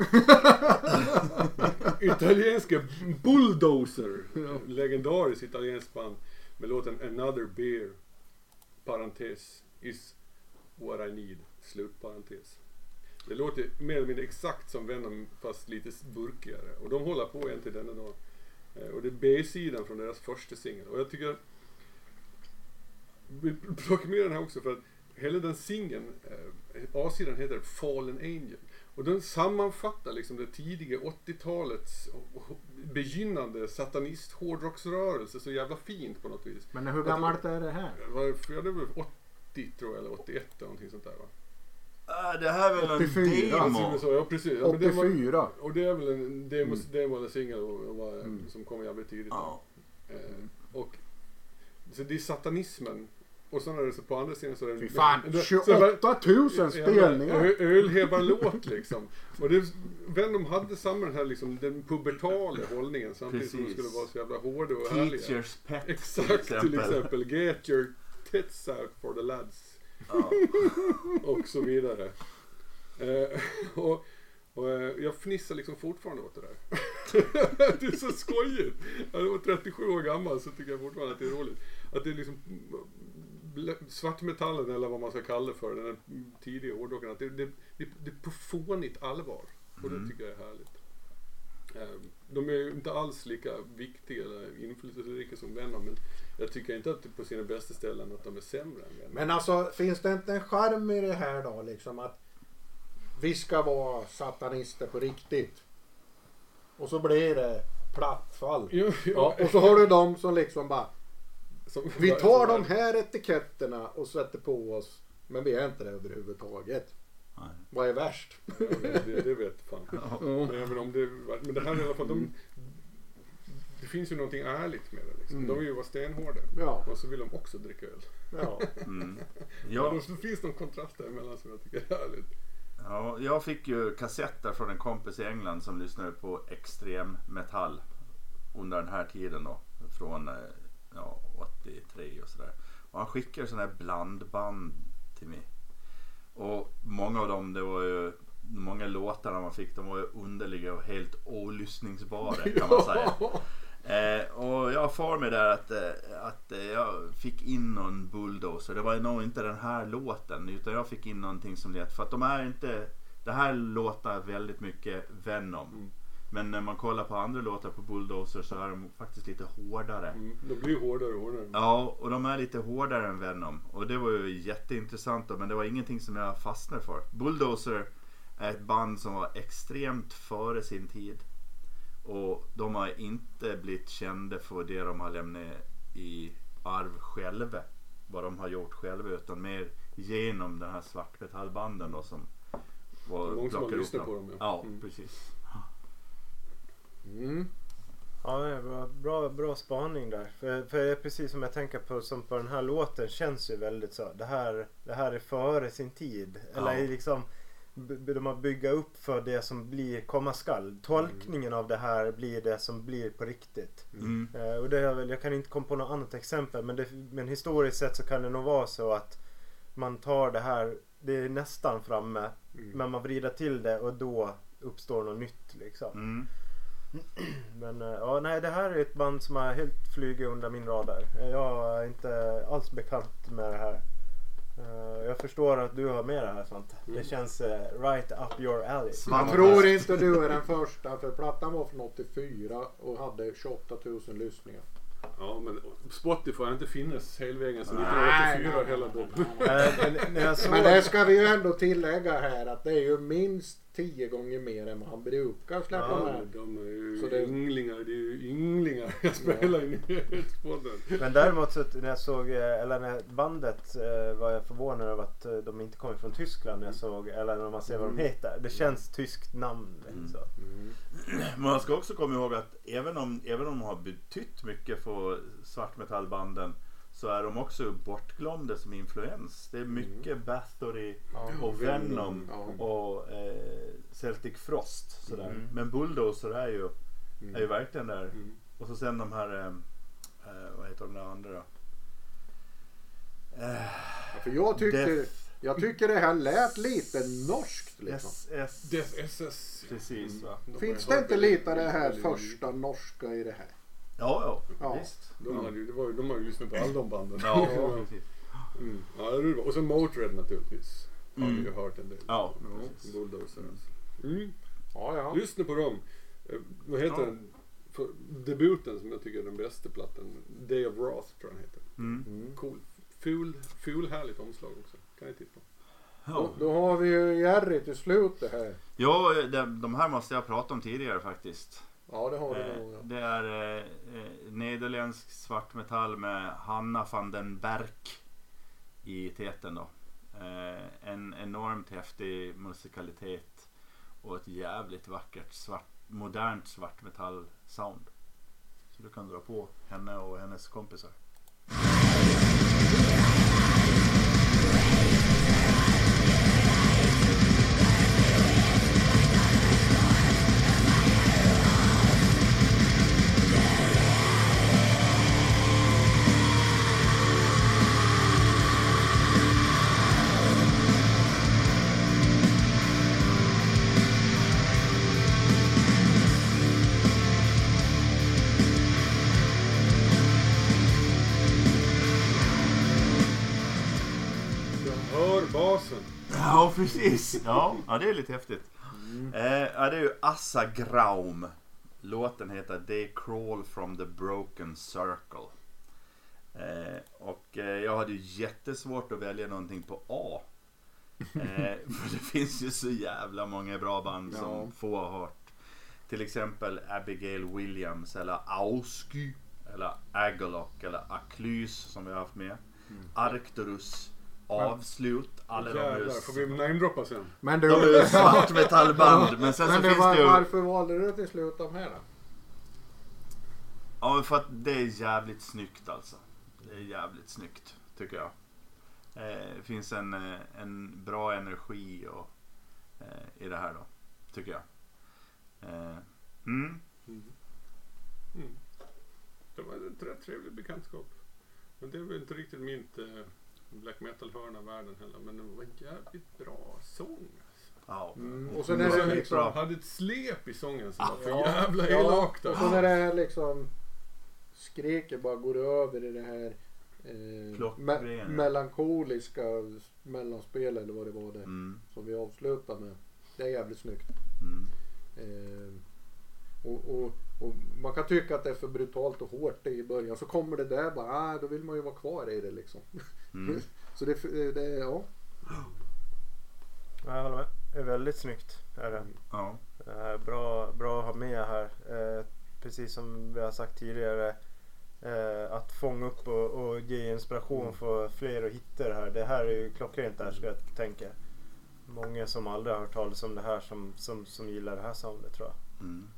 Speaker 3: Italienska Bulldozer. Legendariskt italienskt band. Med låten Another Beer. Parentes. Is what I need. Slutparentes. Det låter mer eller mindre exakt som Venom fast lite burkigare. Och de håller på än till denna dag. Eh, Och det är B-sidan från deras första singel. Och jag tycker... Vi plockar med den här också för att hela den singeln, eh, A-sidan heter Fallen Angel. Och den sammanfattar liksom det tidiga åttiotalets begynnande satanist hårdrocksrörelse så jävla fint på något vis.
Speaker 1: Men hur gammalt är det här?
Speaker 3: Det var, ja, det var åttio tror jag, eller åttioett eller någonting sånt där va?
Speaker 2: Ah, det här är väl en
Speaker 1: åttiofyra.
Speaker 3: Alltså,
Speaker 2: demo?
Speaker 3: så, ja, precis. Ja, men det var,
Speaker 1: åttiofyra.
Speaker 3: och det är väl en demo,
Speaker 1: Mm.
Speaker 3: demo eller singel och- och var-
Speaker 1: Mm.
Speaker 3: som kom jävligt tidigt.
Speaker 2: Ja.
Speaker 3: Eh, och så det är satanismen. Och sen är det så på andra sidan så är det...
Speaker 1: Fy fan,
Speaker 3: det- så-
Speaker 1: tjugoåtta tusen spelningar.
Speaker 3: Ö- Ölhevarlåt liksom. Och det, Venom hade samma den här liksom, den pubertala hållningen samtidigt som de
Speaker 2: Precis.
Speaker 3: skulle vara så jävla hårda och härliga.
Speaker 2: Teachers Pet
Speaker 3: Exakt, till exempel. Get your tits out for the lads.
Speaker 2: Ja.
Speaker 3: Och så vidare. Eh, och, och eh, jag fnissar liksom fortfarande åt det där. Det är så skojigt. Jag var trettiosju år gammal så tycker jag fortfarande att det är roligt. Att det är liksom bl- svartmetallen eller vad man ska kalla det för, den här tidiga hårdrocken, att det, det, det, det är på fånigt allvar. Och det
Speaker 2: Mm.
Speaker 3: tycker jag är härligt. Eh, De är ju inte alls lika viktiga eller inflytelserika som Venom, men jag tycker inte att det är på sina bästa ställen att de är sämre än Venom.
Speaker 1: Men alltså finns det inte en charm i det här då liksom att vi ska vara satanister på riktigt? Och så blir det plattfall.
Speaker 3: Jo, jo.
Speaker 1: Ja, och så har du de som liksom bara,
Speaker 3: Som,
Speaker 1: vi tar de här etiketterna och sätter på oss, men vi är inte det överhuvudtaget.
Speaker 2: Nej.
Speaker 1: Vad är värst?
Speaker 3: Ja, det, det, det vet fan. Men, även om det, men det här i alla fall, de, det finns ju någonting ärligt med det. Liksom.
Speaker 1: Mm.
Speaker 3: De vill ju vara stenhårda.
Speaker 1: Ja.
Speaker 3: Och så vill de också dricka öl.
Speaker 1: Ja.
Speaker 2: Mm.
Speaker 3: Ja.
Speaker 2: Jag,
Speaker 3: Det finns någon kontrast däremellan som jag tycker är härligt.
Speaker 2: ja, jag fick ju kassetter från en kompis i England som lyssnade på extrem metall under den här tiden då. Från ja, åttiotre och sådär. Och han skickade sådana här blandband till mig. Och många av dem, det var ju många låtar man fick, de var ju underliga och helt olyssningsbara kan man säga. Eh, och jag får mig där att, eh, att eh, jag fick in någon Bulldozer. Det var nog inte den här låten, utan jag fick in någonting som lät, för att de är inte, det här låtar väldigt mycket Venom.
Speaker 3: Mm.
Speaker 2: Men när man kollar på andra låtar på Bulldozer så är de faktiskt lite hårdare.
Speaker 3: Mm. De blir ju hårdare och hårdare.
Speaker 2: Ja, och de är lite hårdare än Venom. Och det var ju jätteintressant då, men det var ingenting som jag fastnade för. Bulldozer är ett band som var extremt före sin tid. Och de har inte blivit kända för det de har lämnat i arv själva. Vad de har gjort själva, utan mer genom den här svartmetallbanden då som var
Speaker 3: Många som har
Speaker 2: plockade
Speaker 3: lyssnat
Speaker 2: upp
Speaker 3: på
Speaker 2: dem.
Speaker 3: dem, ja.
Speaker 2: Ja,
Speaker 3: Mm.
Speaker 2: precis.
Speaker 1: Mm.
Speaker 4: Ja, det var bra, bra spaning där. För, för det är precis som jag tänker på, som på den här låten känns ju väldigt så. Det här, det här är före sin tid. Eller
Speaker 2: Ja.
Speaker 4: är liksom, b- de har bygga upp för det som blir komma skall. Tolkningen av det här blir det som blir på riktigt.
Speaker 2: Mm.
Speaker 4: Eh, och det är väl, jag kan inte komma på något annat exempel, men, det, men historiskt sett så kan det nog vara så att man tar det här, det är nästan framme,
Speaker 3: Mm.
Speaker 4: men man vrider till det och då uppstår något nytt liksom.
Speaker 2: Mm.
Speaker 4: Men eh, ja, nej, det här är ett band som har helt flugit under min radar. Eh, Jag är inte alls bekant med det här. Eh, Jag förstår att du har med det här, Svante.
Speaker 3: Mm.
Speaker 4: Det känns eh, right up your alley.
Speaker 1: Man tror inte du är den första, för plattan var från åttiofyra och hade tjugoåtta tusen lyssningar.
Speaker 3: Ja, men Spotify har inte funnits hela vägen sedan
Speaker 1: Nej,
Speaker 3: nittonhundraåttiofyra
Speaker 1: nej,
Speaker 3: heller
Speaker 1: nej,
Speaker 3: då.
Speaker 1: nej, nej.
Speaker 4: Eh, men när jag såg...
Speaker 1: Men det ska vi ju ändå tillägga här att det är ju minst tio gånger mer än vad han brukar släppa
Speaker 3: Ja,
Speaker 1: med.
Speaker 3: de är ju
Speaker 1: Så det-
Speaker 3: ynglingar, det är ju ynglingar jag spelar i nyhetspodden.
Speaker 4: Men däremot så när jag såg, eh, eller när bandet eh, var jag förvånad över att eh, de inte kommer från Tyskland när jag såg, eller när man ser vad de heter. Det känns tyskt namn.
Speaker 2: Mm.
Speaker 4: Så.
Speaker 2: Man ska också komma ihåg att även om, även om de har betytt mycket för svartmetallbanden, så är de också bortglömda som influens. Det är mycket Bathory och Venom
Speaker 1: Ja.
Speaker 2: och eh, Celtic Frost sådär.
Speaker 4: Mm.
Speaker 2: Men Bulldozer är ju, är ju verkligen där.
Speaker 3: Mm.
Speaker 2: Och så sen de här eh, eh, vad heter de där andra då? Eh,
Speaker 1: Ja, för jag tycker,
Speaker 2: Death.
Speaker 1: jag tycker det här lät lite norskt liksom.
Speaker 2: S S
Speaker 3: Death S S.
Speaker 2: Precis va?
Speaker 3: De
Speaker 1: Finns
Speaker 3: har
Speaker 1: det
Speaker 3: ju
Speaker 1: inte
Speaker 3: hört
Speaker 1: lite det här
Speaker 3: väldigt-
Speaker 1: första norska i det här?
Speaker 2: Ja, ja,
Speaker 1: Ja.
Speaker 2: visst.
Speaker 3: De hade ju, det var ju, de har ju lyssnat på alla de banden.
Speaker 2: Ja, precis.
Speaker 3: Mm. Ja, det är bra. Och så Motörhead naturligtvis. Har
Speaker 2: Mm.
Speaker 3: ni ju hört en del.
Speaker 2: Ja,
Speaker 3: Ja,
Speaker 2: precis.
Speaker 3: Bulldozer alltså. Mm.
Speaker 1: Ja, ja.
Speaker 3: Lyssna på dem. Eh, vad heter
Speaker 2: Ja.
Speaker 3: den? För debuten som jag tycker är den bästa plattan. Day of Wrath tror jag den heter.
Speaker 2: Mm.
Speaker 1: Mm.
Speaker 3: Cool. Ful, ful härligt omslag också. Kan jag titta på.
Speaker 2: Ja.
Speaker 1: Då, då har vi ju Jerry till slut det här.
Speaker 2: Ja, de, de här måste jag prata om tidigare faktiskt.
Speaker 1: Ja, det har du
Speaker 2: Eh,
Speaker 1: nog. Ja.
Speaker 2: det är eh, eh, nederländsk svartmetall med Hanna van den Berk i täten då. Eh, en enormt häftig musikalitet och ett jävligt vackert svart, modernt svartmetall sound. Så du kan dra på henne och hennes kompisar.
Speaker 3: Jag hör basen.
Speaker 2: Ja, precis. Ja, ja det är lite häftigt. Eh, ja, det är ju Assa Graum. Låten heter They Crawl from the Broken Circle. Eh, och eh, jag hade ju jättesvårt att välja någonting på A. Eh, för det finns ju så jävla många bra band som
Speaker 1: Ja.
Speaker 2: få har hört. till exempel Abigail Williams eller Ausky eller Agalock eller Aklys som vi har haft med. Mm. Arcturus, Avslut, alla de
Speaker 3: Jävlar, får vi namedroppa sen?
Speaker 1: Men
Speaker 2: de
Speaker 1: du,
Speaker 2: är svart metallband. Men sen
Speaker 1: men
Speaker 2: så
Speaker 1: det
Speaker 2: finns
Speaker 1: var,
Speaker 2: det ju...
Speaker 1: varför valde du till slut de här då?
Speaker 2: Ja, men för att det är jävligt snyggt alltså. Det är jävligt snyggt tycker jag. Eh, det finns en, en bra energi och, eh, i det här då, tycker jag. Eh, mm.
Speaker 3: Mm. Mm. Det var en rätt trevlig bekantskap. Men det är väl inte riktigt mitt eh, black metal-hörn av världen heller. Men det var en jävligt bra sång.
Speaker 2: Ja.
Speaker 1: Mm. Och sen är det liksom...
Speaker 3: Jag hade ett släp i sången som var för
Speaker 1: Ja,
Speaker 3: jävla
Speaker 1: ja.
Speaker 3: elakt.
Speaker 1: Och så när det här liksom skriker bara går över i det här eh, me- melankoliska mellanspel eller vad det var det
Speaker 2: Mm.
Speaker 1: som vi avslutade med. Det är jävligt snyggt.
Speaker 2: Mm.
Speaker 1: Eh, och, och, och man kan tycka att det är för brutalt och hårt i början. Så kommer det där bara, ah, då vill man ju vara kvar i det liksom.
Speaker 2: Mm.
Speaker 1: Så det, det är, ja.
Speaker 4: Jag håller med. Det är väldigt snyggt. Är det.
Speaker 2: Ja.
Speaker 4: Eh, bra, bra att ha med här. Eh, precis som vi har sagt tidigare. Eh, att fånga upp och, och ge inspiration
Speaker 1: Mm.
Speaker 4: för fler att hitta det här. Det här är ju klockrent där, ska jag tänka. Många som aldrig har hört talas om det här som, som, som gillar det här soundet, tror jag.
Speaker 2: Mm.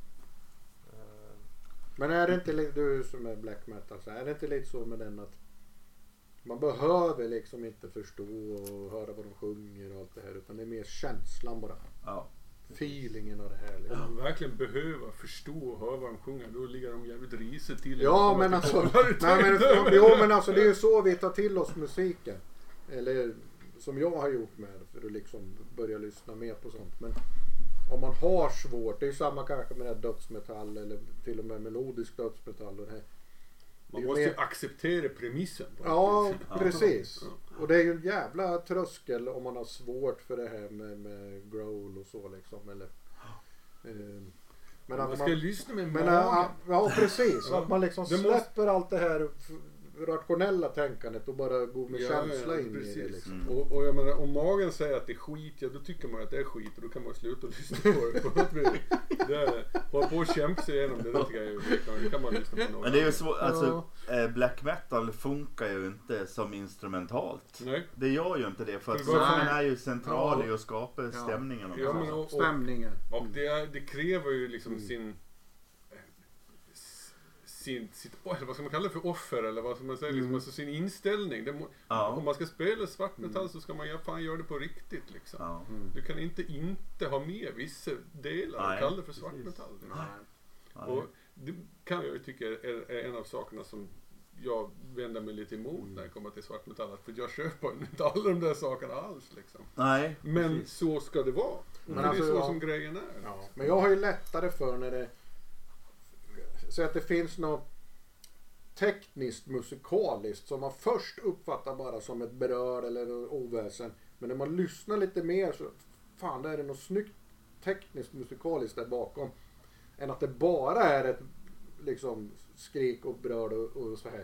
Speaker 4: Eh,
Speaker 1: Men är det inte lite, du som är black metal, så är det inte lite så med den att man behöver liksom inte förstå och höra vad de sjunger och allt det här, utan det är mer känslan bara.
Speaker 2: Ja.
Speaker 1: Feelingen av det här
Speaker 3: Om
Speaker 1: liksom.
Speaker 3: man verkligen behöver förstå och höra vad de sjunger, då ligger de jävligt risigt till.
Speaker 1: Ja men alltså, nej, men, jo, men alltså det är ju så vi tar till oss musiken. Eller som jag har gjort med det, för att liksom börja lyssna mer på sånt. Men om man har svårt, det är ju samma kanske med det här dödsmetall eller till och med melodisk dödsmetall och det här.
Speaker 3: Man
Speaker 1: det
Speaker 3: måste ju
Speaker 1: mer...
Speaker 3: acceptera premissen. På
Speaker 1: Ja,
Speaker 2: Ja.
Speaker 1: precis.
Speaker 3: Ja.
Speaker 1: Och det är ju en jävla tröskel om man har svårt för det här med, med growl och så liksom. Eller, eh, men
Speaker 3: Man
Speaker 1: att
Speaker 3: ska
Speaker 1: man,
Speaker 3: lyssna med
Speaker 1: men,
Speaker 3: magen.
Speaker 1: ja, ja precis.
Speaker 3: Ja.
Speaker 1: Att man liksom
Speaker 3: Det måste-
Speaker 1: släpper allt det här f- rationella tänkandet och bara går med
Speaker 3: Ja,
Speaker 1: känsla
Speaker 3: ja,
Speaker 1: in i det
Speaker 3: precis.
Speaker 1: liksom.
Speaker 2: Mm.
Speaker 3: Och, och jag menar, om magen säger att det är skit, ja då tycker man att det är skit och då kan man sluta lyssna på det. På något vis. Det är, hålla på och kämpa sig igenom det, det tycker jag är, det kan, det kan man lyssna på någon
Speaker 2: Men det är ju
Speaker 3: annan.
Speaker 2: så, alltså eh, black metal funkar ju inte som instrumentalt.
Speaker 3: Nej.
Speaker 2: Det gör ju inte det, för att
Speaker 3: Nej.
Speaker 2: sången är ju central
Speaker 1: Ja.
Speaker 2: i att skapa
Speaker 1: Ja.
Speaker 2: stämningen. Och
Speaker 3: Ja,
Speaker 2: så.
Speaker 3: men och, och,
Speaker 1: Stämningen.
Speaker 3: och det, är, det kräver ju liksom
Speaker 1: Mm.
Speaker 3: sin, eh, s- sin, sitt, eller vad ska man kalla det för offer eller vad ska man säga, liksom,
Speaker 1: Mm.
Speaker 3: alltså sin inställning. Det må,
Speaker 2: Ja.
Speaker 3: Om man ska spela svartmetall
Speaker 1: Mm.
Speaker 3: så ska man ju fan göra det på riktigt liksom.
Speaker 2: Ja.
Speaker 1: Mm.
Speaker 3: Du kan inte inte ha med vissa delar och
Speaker 2: Nej,
Speaker 3: kalla det för
Speaker 2: precis.
Speaker 3: svartmetall. Liksom.
Speaker 2: Ja.
Speaker 3: Och det kan jag ju tycka är, är en av sakerna som jag vänder mig lite emot
Speaker 1: Mm.
Speaker 3: när det kommer till svartmetall. För jag köper inte alla de där sakerna alls liksom.
Speaker 2: Nej,
Speaker 3: Men
Speaker 2: precis.
Speaker 3: så ska det vara.
Speaker 1: Men
Speaker 3: Men
Speaker 1: alltså,
Speaker 3: det är så
Speaker 1: ja.
Speaker 3: som grejen är.
Speaker 1: Ja. Men jag har ju lättare för när det så att det finns något tekniskt musikaliskt som man först uppfattar bara som ett berör eller oväsen. Men när man lyssnar lite mer så fan, där är det något snyggt tekniskt musikaliskt där bakom. Än att det bara är ett liksom skrik och bröd och, och så här.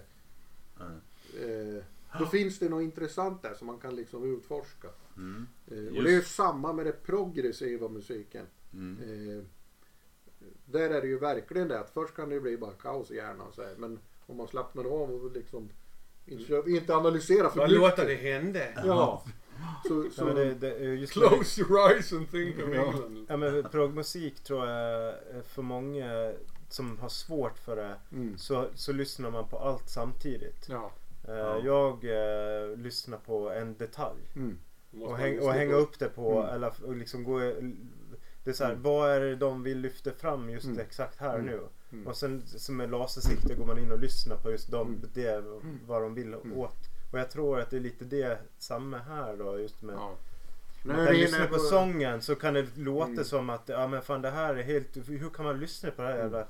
Speaker 2: Mm.
Speaker 1: Eh, då finns det något intressant där som man kan liksom utforska.
Speaker 2: Mm.
Speaker 1: Eh, och
Speaker 2: Just.
Speaker 1: det är ju samma med det progressiva musiken.
Speaker 2: Mm.
Speaker 1: Eh, där är det ju verkligen det att först kan det ju bli bara kaos i hjärnan och så här, men om man slappnar av och liksom inte, inte analyserar för
Speaker 3: Bara
Speaker 1: mycket.
Speaker 3: låta det hända.
Speaker 1: Ja. Så, så,
Speaker 4: ja, men det, det, är just
Speaker 3: Close your eyes and think of
Speaker 1: Ja.
Speaker 3: England.
Speaker 4: Ja, men progmusik tror jag är för många som har svårt för det,
Speaker 1: mm.
Speaker 4: så, så lyssnar man på allt samtidigt.
Speaker 1: Ja.
Speaker 4: Eh,
Speaker 2: Ja.
Speaker 4: Jag eh, lyssnar på en detalj
Speaker 1: Mm.
Speaker 3: Måste
Speaker 4: och,
Speaker 3: man
Speaker 4: häng,
Speaker 3: lyssna
Speaker 4: och hänga
Speaker 3: på.
Speaker 4: upp det på
Speaker 1: Mm.
Speaker 4: eller och liksom gå, det är så här,
Speaker 1: Mm.
Speaker 4: vad är det de vill lyfta fram just
Speaker 1: Mm.
Speaker 4: exakt här
Speaker 1: Mm.
Speaker 4: nu?
Speaker 1: Mm.
Speaker 4: Och sen som med lasersikte går man in och lyssnar på just dem,
Speaker 1: Mm.
Speaker 4: det, vad de vill
Speaker 1: Mm.
Speaker 4: åt. Och jag tror att det är lite det samma här då, just med
Speaker 1: Ja.
Speaker 4: man
Speaker 1: Nu är
Speaker 4: kan
Speaker 1: vi
Speaker 4: lyssna
Speaker 1: inne
Speaker 4: på
Speaker 1: på
Speaker 4: sången så kan det låta
Speaker 1: Mm.
Speaker 4: som att ja men fan det här är helt, hur kan man lyssna på det här
Speaker 1: Mm.
Speaker 4: jävla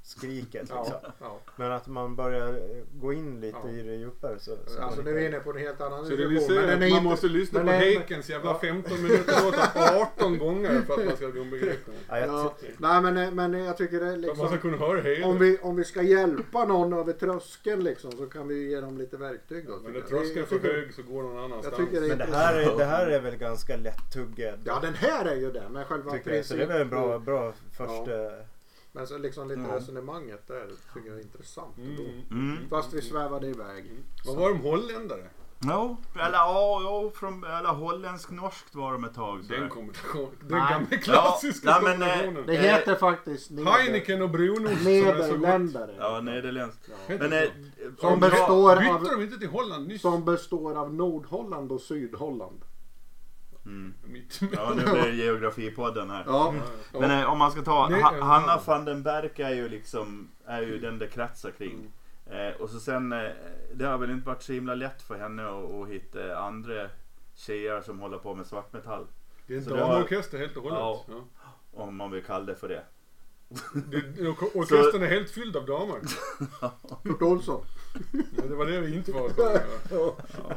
Speaker 4: skriket
Speaker 1: Ja,
Speaker 4: liksom.
Speaker 1: ja.
Speaker 4: Men att man börjar gå in lite
Speaker 1: Ja.
Speaker 4: i det djupare så, så
Speaker 1: Alltså nu är vi inne på en helt annan
Speaker 3: Så det
Speaker 1: diskussion.
Speaker 3: vill säga
Speaker 1: den
Speaker 3: att
Speaker 1: är
Speaker 3: man
Speaker 1: inte-
Speaker 3: måste lyssna
Speaker 1: men
Speaker 3: på
Speaker 1: den-
Speaker 3: Heikens jävla femton minuter låtar arton gånger för att man ska gå begrepp.
Speaker 4: ja, jag
Speaker 1: Ja,
Speaker 4: ty-
Speaker 1: nej men, men jag tycker det är
Speaker 3: För att man ska
Speaker 1: liksom...
Speaker 3: kunna höra hela.
Speaker 1: Om vi, om vi ska hjälpa någon över tröskeln liksom, så kan vi ge dem lite verktyg då.
Speaker 3: Men
Speaker 1: tycker
Speaker 3: när
Speaker 1: jag.
Speaker 3: tröskeln är
Speaker 1: Jag
Speaker 3: för
Speaker 1: tycker-
Speaker 3: hög så går någon annanstans.
Speaker 1: Jag tycker det är
Speaker 4: men det här, är, det här är väl ganska lättugget.
Speaker 1: Ja, den här är ju det. Men själva
Speaker 4: tycker jag. Så det är väl en bra, bra första...
Speaker 1: Men så liksom lite
Speaker 2: Ja.
Speaker 1: resonemanget där tycker jag är intressant.
Speaker 3: Mm.
Speaker 1: Då.
Speaker 2: Mm.
Speaker 1: Fast vi svävade iväg.
Speaker 3: Vad var de holländare?
Speaker 2: No, eller ja, ja, från, eller holländsk-norskt var de ett tag. Så
Speaker 3: Den
Speaker 2: där.
Speaker 3: kombinationen. Den
Speaker 1: Nej.
Speaker 3: gamla klassiska
Speaker 2: Ja, nej, men, eh,
Speaker 3: kombinationen.
Speaker 1: Det
Speaker 2: Eh,
Speaker 1: heter faktiskt neder,
Speaker 3: Heineken och brunost som är så gott.
Speaker 1: nederländare.
Speaker 2: Ja, nederländskt.
Speaker 1: Ja.
Speaker 3: Heter
Speaker 2: Men
Speaker 3: det
Speaker 2: eh,
Speaker 3: så?
Speaker 1: Som
Speaker 2: om
Speaker 1: består
Speaker 3: Bytte
Speaker 1: av,
Speaker 3: de inte till Holland nyss?
Speaker 1: som består av Nordholland och Sydholland.
Speaker 2: Mm.
Speaker 3: Mitt
Speaker 2: Ja, nu blir det geografipodden här.
Speaker 1: Ja.
Speaker 3: Ja.
Speaker 2: Men eh, om man ska ta,
Speaker 3: Nej,
Speaker 2: ha,
Speaker 3: ja.
Speaker 2: Hanna van den Berg är ju liksom, är ju den det kretsar kring. Eh, och så sen, eh, det har väl inte varit så himla lätt för henne att, att hitta andra tjejer som håller på med svartmetall.
Speaker 3: Det är en
Speaker 2: Så det var-
Speaker 3: damorkester helt och hållet.
Speaker 2: Ja.
Speaker 3: Ja.
Speaker 2: Om man vill kalla det för det.
Speaker 3: Det, och- orkestern är helt fylld av damer.
Speaker 1: Kurt Olsson.
Speaker 3: Ja, det var det vi inte var.
Speaker 1: Ja.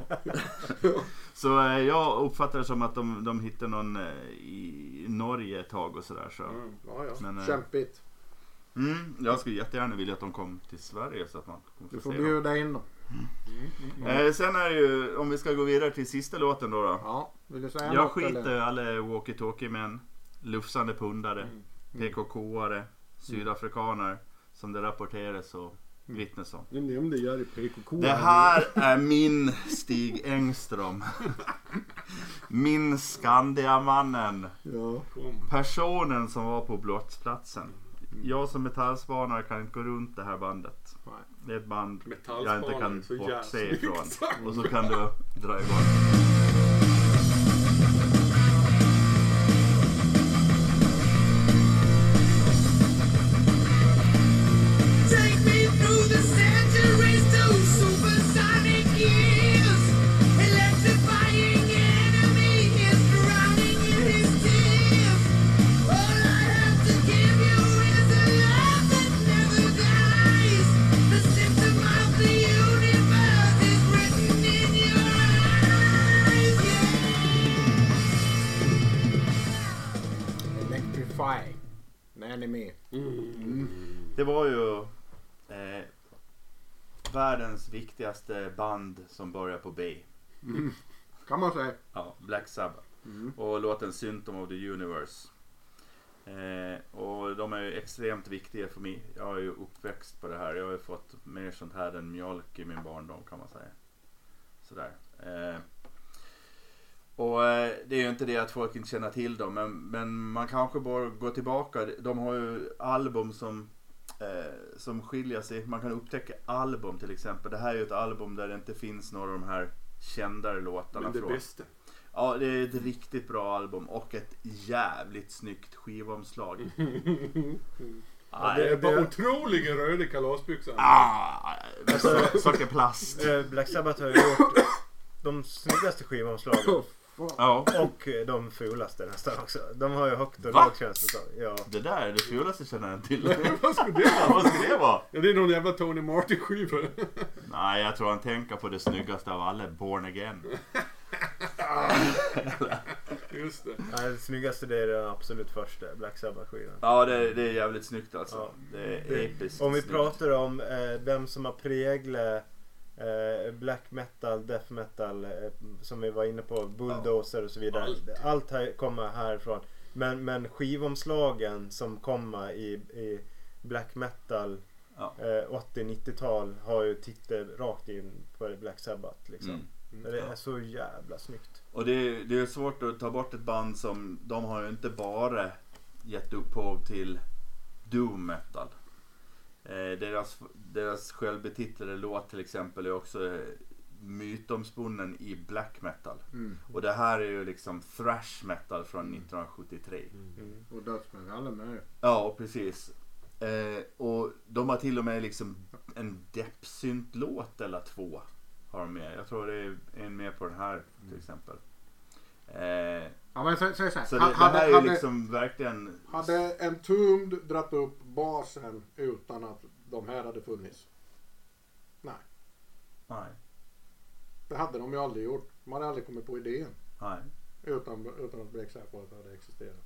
Speaker 2: Så eh, jag uppfattar det som att de, de hittar någon eh, i Norge ett tag och sådär. Så.
Speaker 3: Mm.
Speaker 1: Ja, ja.
Speaker 2: Men, eh,
Speaker 1: Kämpigt.
Speaker 2: Mm, jag skulle jättegärna vilja att de kom till Sverige så att man
Speaker 1: Du
Speaker 2: får
Speaker 1: får
Speaker 2: se dem.
Speaker 1: bjuda in dem.
Speaker 2: Eh, sen är det ju, om vi ska gå vidare till sista låten då. då.
Speaker 1: Ja, vill du säga
Speaker 2: Jag
Speaker 1: något,
Speaker 2: skiter
Speaker 1: eller?
Speaker 2: i alla walkie-talkie-män, lufsande pundare,
Speaker 3: Mm.
Speaker 2: P K K-are, sydafrikaner som det rapporteras och vittnes om.
Speaker 3: Jag nämnde Jerry P K K.
Speaker 2: Det här är min Stig Engström. Min Skandiamannen.
Speaker 1: Ja.
Speaker 3: Kom.
Speaker 2: Personen som var på brottsplatsen. Jag som metallspanare kan inte gå runt det här bandet.
Speaker 1: Nej.
Speaker 2: Det är ett band jag
Speaker 3: Metallspanare,
Speaker 2: inte kan
Speaker 3: så jävla
Speaker 2: bortse
Speaker 3: snyggt
Speaker 2: ifrån.
Speaker 3: sagt.
Speaker 2: Och så kan du dra igång.
Speaker 5: Take me through the centuries to supersonic years. Electrifying enemy is drowning in his tears. All I have to give you is a love that never dies. The symptom of the universe is written in your eyes. Yeah.
Speaker 1: Electrify. Enemy.
Speaker 2: Det var ju eh, världens viktigaste band som börjar på B.
Speaker 1: Kan man säga.
Speaker 2: Ja, Black Sabbath.
Speaker 1: Mm.
Speaker 2: Och låten Symptom of the Universe. Eh, och de är ju extremt viktiga för mig. Jag är ju uppväxt på det här. Jag har ju fått mer sånt här än mjölk i min barndom kan man säga. Sådär. Eh, och eh, det är ju inte det att folk inte känner till dem. Men, men man kanske bara går tillbaka. De har ju album som eh, som skiljer sig. Man kan upptäcka album till exempel. Det här är ju ett album där det inte finns några av de här kändare låtarna
Speaker 3: Men det
Speaker 2: från.
Speaker 3: bästa.
Speaker 2: Ja, det är ett riktigt bra album och ett jävligt snyggt skivomslag.
Speaker 3: Ja, det är bara otroliga röda kalasbyxor.
Speaker 2: Ah, sockerplast.
Speaker 4: Eh, Black Sabbath har ju gjort de snyggaste skivomslagen.
Speaker 2: Ja,
Speaker 4: Och eh, de fulaste nästan också. De har ju högt och
Speaker 2: Va?
Speaker 4: lågt känns det som. Ja.
Speaker 2: det där är det fulaste känner jag till.
Speaker 3: Vad skulle det vara?
Speaker 2: Vad ska det vara?
Speaker 3: Ja, det är någon jävla Tony Martin-skiva.
Speaker 2: Nej, jag tror han tänker på det snyggaste av alla, Born Again.
Speaker 3: Just det.
Speaker 4: Nej, det snyggaste det är den absolut första Black Sabbath-skivan.
Speaker 2: Ja, det, det är jävligt snyggt alltså.
Speaker 4: Ja.
Speaker 2: Det är
Speaker 4: Det-
Speaker 2: episkt
Speaker 4: Om vi
Speaker 2: snyggt.
Speaker 4: pratar om eh, vem som har präglat eh, black metal, death metal eh, som vi var inne på, Bulldozer och så vidare.
Speaker 3: Allt.
Speaker 4: Allt här kommer härifrån. Men, men skivomslagen som kommer i, i black metal
Speaker 2: Ja.
Speaker 4: eh, åttio-nittiotal har ju tittat rakt in på Black Sabbath liksom.
Speaker 2: Mm.
Speaker 4: Men det är så jävla snyggt.
Speaker 2: Och det är, det är svårt att ta bort ett band som de har ju inte bara gett upphov till doom metal. Eh, deras, deras självbetitlade låt till exempel är också eh, mytomspunnen i black metal.
Speaker 1: Mm.
Speaker 2: Och det här är ju liksom thrash metal från nittonhundrasjuttiotre.
Speaker 4: Mm.
Speaker 1: Och dödsmetallen med.
Speaker 2: Ja, precis. Eh, och de har till och med liksom en deppsynt-låt eller två har de med. Jag tror det är en med på den här till exempel. Eh,
Speaker 1: Ja, men så, så, så,
Speaker 2: så det,
Speaker 1: ha-
Speaker 2: det här är ju
Speaker 1: hade,
Speaker 2: liksom verkligen...
Speaker 1: hade Entombed dratt upp basen utan att de här hade funnits? Nej,
Speaker 2: Nej,
Speaker 1: det hade de ju aldrig gjort. De hade aldrig kommit på idén
Speaker 2: nej.
Speaker 1: utan, utan att Black Sabbath hade existerat.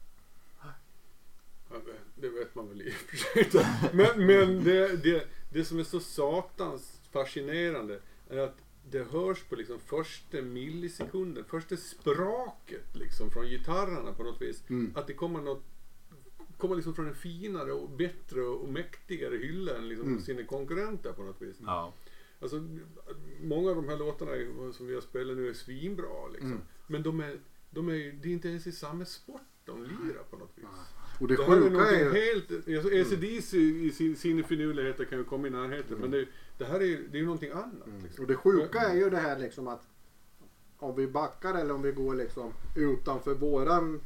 Speaker 3: Ja, det vet man väl i och för sig inte. Men, men det, det, det som är så satans fascinerande är att det hörs på liksom första millisekunden, första spraket liksom från gitarrerna på något vis.
Speaker 1: Mm.
Speaker 3: Att det kommer något, kommer liksom från en finare och bättre och mäktigare hylla än liksom
Speaker 1: Mm.
Speaker 3: sina konkurrenter på något vis.
Speaker 2: Ja.
Speaker 3: Alltså, många av de här låtarna som vi har spelat nu är svinbra liksom.
Speaker 1: Mm.
Speaker 3: Men de är, de är, det är inte ens i samma sport de lirar på något vis.
Speaker 1: Och det
Speaker 3: Det här är
Speaker 1: sjuka är
Speaker 3: någonting
Speaker 1: ju...
Speaker 3: helt, alltså A C D C i sin, sina finurligheter kan ju komma i närheten, men det, det här är ju det är ju någonting annat.
Speaker 1: Mm.
Speaker 3: Liksom.
Speaker 1: Och det sjuka är ju det här liksom att om vi backar eller om vi går liksom utanför våran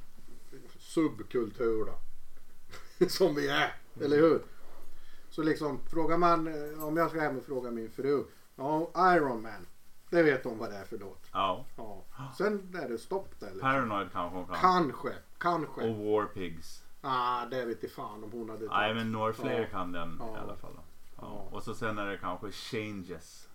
Speaker 1: subkultur då. Som vi är, eller hur? Så liksom frågar man, eh, om jag ska hem och fråga min fru, ja, Iron Man, det vet hon vad det är för låt.
Speaker 2: Ja.
Speaker 1: Ja. Sen är det stopp där. Liksom.
Speaker 2: Paranoid kanske hon kan.
Speaker 1: Kanske, kanske.
Speaker 2: Och War Pigs.
Speaker 1: Ah, det vet jag fan om hon hade
Speaker 2: Nej, men några fler
Speaker 1: Ja.
Speaker 2: kan den
Speaker 1: Ja.
Speaker 2: i alla fall. Ja.
Speaker 1: Ja.
Speaker 2: Och så sen är det kanske Changes.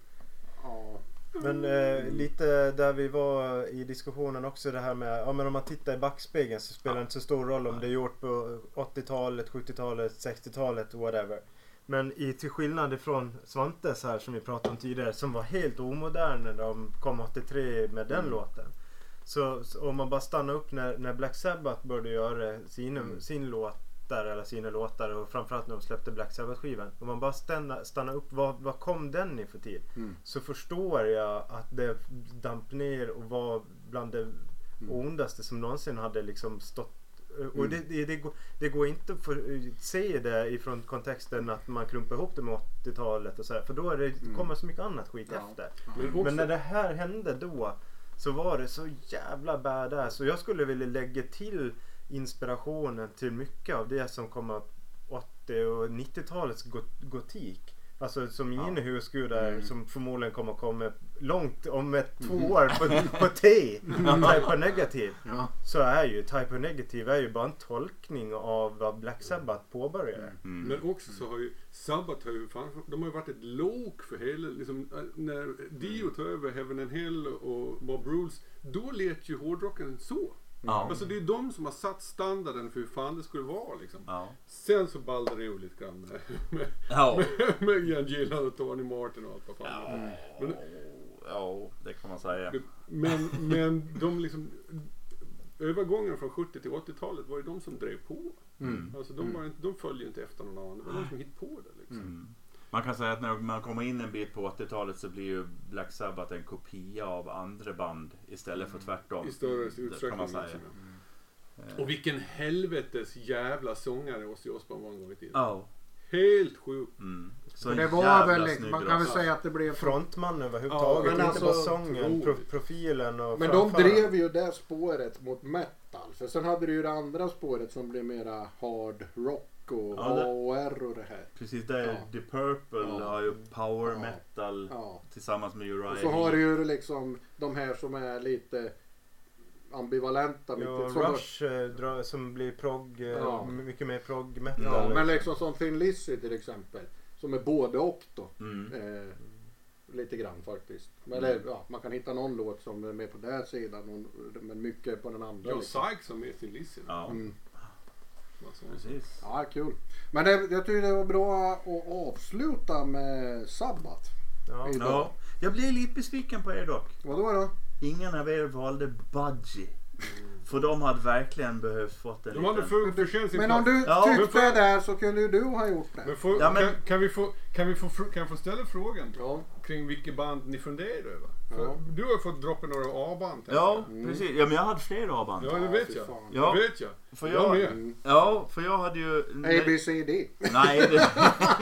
Speaker 1: Ja.
Speaker 4: Men eh, lite där vi var i diskussionen också, det här med, ja men om man tittar i backspegeln så spelar det inte så stor roll om det är gjort på åttiotalet, sjuttiotalet, sextiotalet, whatever. Men i, till skillnad ifrån Svantes här som vi pratade om tidigare, som var helt omodern när de kom åttiotre med den
Speaker 1: Mm.
Speaker 4: låten. Så, så om man bara stannar upp när, när Black Sabbath började göra sin,
Speaker 1: Mm.
Speaker 4: sin låtar eller sina låtar, och framförallt när de släppte Black Sabbath-skivan. Om man bara stannar, stannar upp, vad, vad kom den i för tid?
Speaker 1: Mm.
Speaker 4: Så förstår jag att det damp ner och var bland det
Speaker 1: Mm.
Speaker 4: ondaste som någonsin hade liksom stått. Och
Speaker 1: Mm.
Speaker 4: det, det, det, går, det går inte att få se det ifrån kontexten att man klumpar ihop det med åttiotalet och så här, för då är det,
Speaker 1: Mm.
Speaker 4: kommer så mycket annat skit
Speaker 1: Ja.
Speaker 4: efter.
Speaker 3: Men också,
Speaker 4: Men när det här hände då så var det så jävla badass, och jag skulle vilja lägga till inspirationen till mycket av det som kommer åttio- och nittiotalets got- gotik. Alltså som
Speaker 2: Ja.
Speaker 4: mina husgudar
Speaker 1: Mm.
Speaker 4: som förmodligen kommer komma långt om ett två år på, på T, Type of Negative.
Speaker 1: Ja.
Speaker 4: Så är ju Type of Negative är ju bara en tolkning av vad Black Sabbath påbörjade.
Speaker 2: Mm.
Speaker 3: men också så har ju Sabbath har ju fan, de har ju varit ett lok för hela liksom, när Dio tog över Heaven and Hell och Bob Rules, då lät ju hårdrocken så.
Speaker 2: Ja.
Speaker 3: Alltså det är de som har satt standarden för hur fan det skulle vara liksom.
Speaker 2: Ja.
Speaker 3: Sen så ballade det ur lite grann med, med,
Speaker 2: Ja.
Speaker 3: med, med Ian Gillan och Tony Martin och allt vad fan.
Speaker 2: Ja.
Speaker 3: Men,
Speaker 2: Ja, det kan man säga.
Speaker 3: men, men de liksom övergången från sjuttio till åttiotalet var ju de som drev på.
Speaker 1: Mm.
Speaker 3: Alltså de, var inte, de följde ju inte efter någon annan. Det var de som hittade på det liksom.
Speaker 2: Mm. Man kan säga att när man kommer in en bit på åttiotalet så blir ju Black Sabbath en kopia av andra band istället för tvärtom.
Speaker 3: I större
Speaker 2: Det kan
Speaker 3: utsträckning.
Speaker 2: man säga.
Speaker 3: Liksom.
Speaker 2: Eh,
Speaker 3: Och vilken helvetes jävla sångare Ozzy Osbourne var en gång i tiden.
Speaker 2: Ja.
Speaker 3: Helt sjukt.
Speaker 2: Mm. Så
Speaker 1: Och det var
Speaker 2: jävla
Speaker 1: väl,
Speaker 2: snygg
Speaker 1: man kan väl
Speaker 2: röst.
Speaker 1: säga att det blev...
Speaker 4: Frontmannen
Speaker 1: Ja,
Speaker 4: överhuvudtaget,
Speaker 1: men
Speaker 4: inte
Speaker 1: alltså,
Speaker 4: bara sången, pro,
Speaker 3: otroligt.
Speaker 4: profilen och
Speaker 1: Men de
Speaker 4: framförandet.
Speaker 1: drev ju det spåret mot metal. För sen hade du ju det andra spåret som blev mera hard rock och
Speaker 2: Ja, det-
Speaker 1: A O R och det här.
Speaker 2: Precis, där
Speaker 1: Ja.
Speaker 2: The Purple
Speaker 1: Ja.
Speaker 2: har ju power
Speaker 1: Ja.
Speaker 2: metal
Speaker 1: Ja.
Speaker 2: tillsammans med Uriah
Speaker 1: Och så har
Speaker 2: Heep.
Speaker 1: du ju liksom de här som är lite ambivalenta.
Speaker 4: Ja,
Speaker 1: Lite, som
Speaker 4: Rush eh, dra, som blir prog, eh,
Speaker 1: Ja.
Speaker 4: mycket mer prog metal.
Speaker 1: ja,
Speaker 4: liksom.
Speaker 1: men liksom som Thin Lizzy till exempel. Som är både och då.
Speaker 2: Mm.
Speaker 1: Eh, lite grann faktiskt. Men
Speaker 2: Mm.
Speaker 1: eller, ja, man kan hitta någon låt som är med på den här sidan och, men mycket på den andra.
Speaker 3: John
Speaker 1: liksom.
Speaker 3: Sykes som med till Lizzy.
Speaker 2: Ja,
Speaker 1: Mm.
Speaker 3: Alltså,
Speaker 2: precis.
Speaker 1: Ja, kul. Men det, jag tycker det var bra att avsluta med Sabbath.
Speaker 4: Ja.
Speaker 1: idag.
Speaker 2: Ja. Jag blir lite besviken på er dock.
Speaker 1: Vadå då?
Speaker 2: Ingen av er valde Budgie. För de hade verkligen behövt fått en
Speaker 3: de hade
Speaker 2: liten...
Speaker 3: för, förtjänst sin
Speaker 1: Men om
Speaker 3: plats.
Speaker 1: du
Speaker 2: Ja,
Speaker 3: men
Speaker 1: tyckte
Speaker 3: får-
Speaker 1: det så kunde ju du ha gjort det.
Speaker 3: Men får,
Speaker 2: Ja, men-
Speaker 3: kan, kan, vi få, kan, vi få, fr- kan jag få ställa frågan
Speaker 1: Ja.
Speaker 3: kring vilket band ni funderar över? För
Speaker 1: Ja.
Speaker 3: du har fått droppa några A-band. tänker
Speaker 2: Ja,
Speaker 1: Mm.
Speaker 2: precis. Ja, men jag hade fler A-band.
Speaker 3: jag. Ja, det
Speaker 1: Ja,
Speaker 3: vet
Speaker 1: fy
Speaker 3: jag.
Speaker 1: fan.
Speaker 2: Ja.
Speaker 3: Det vet jag.
Speaker 2: För
Speaker 3: jag
Speaker 2: jag,
Speaker 3: med.
Speaker 1: Mm.
Speaker 2: ja, för jag hade ju...
Speaker 1: A, B, C, D.
Speaker 2: Nej, det...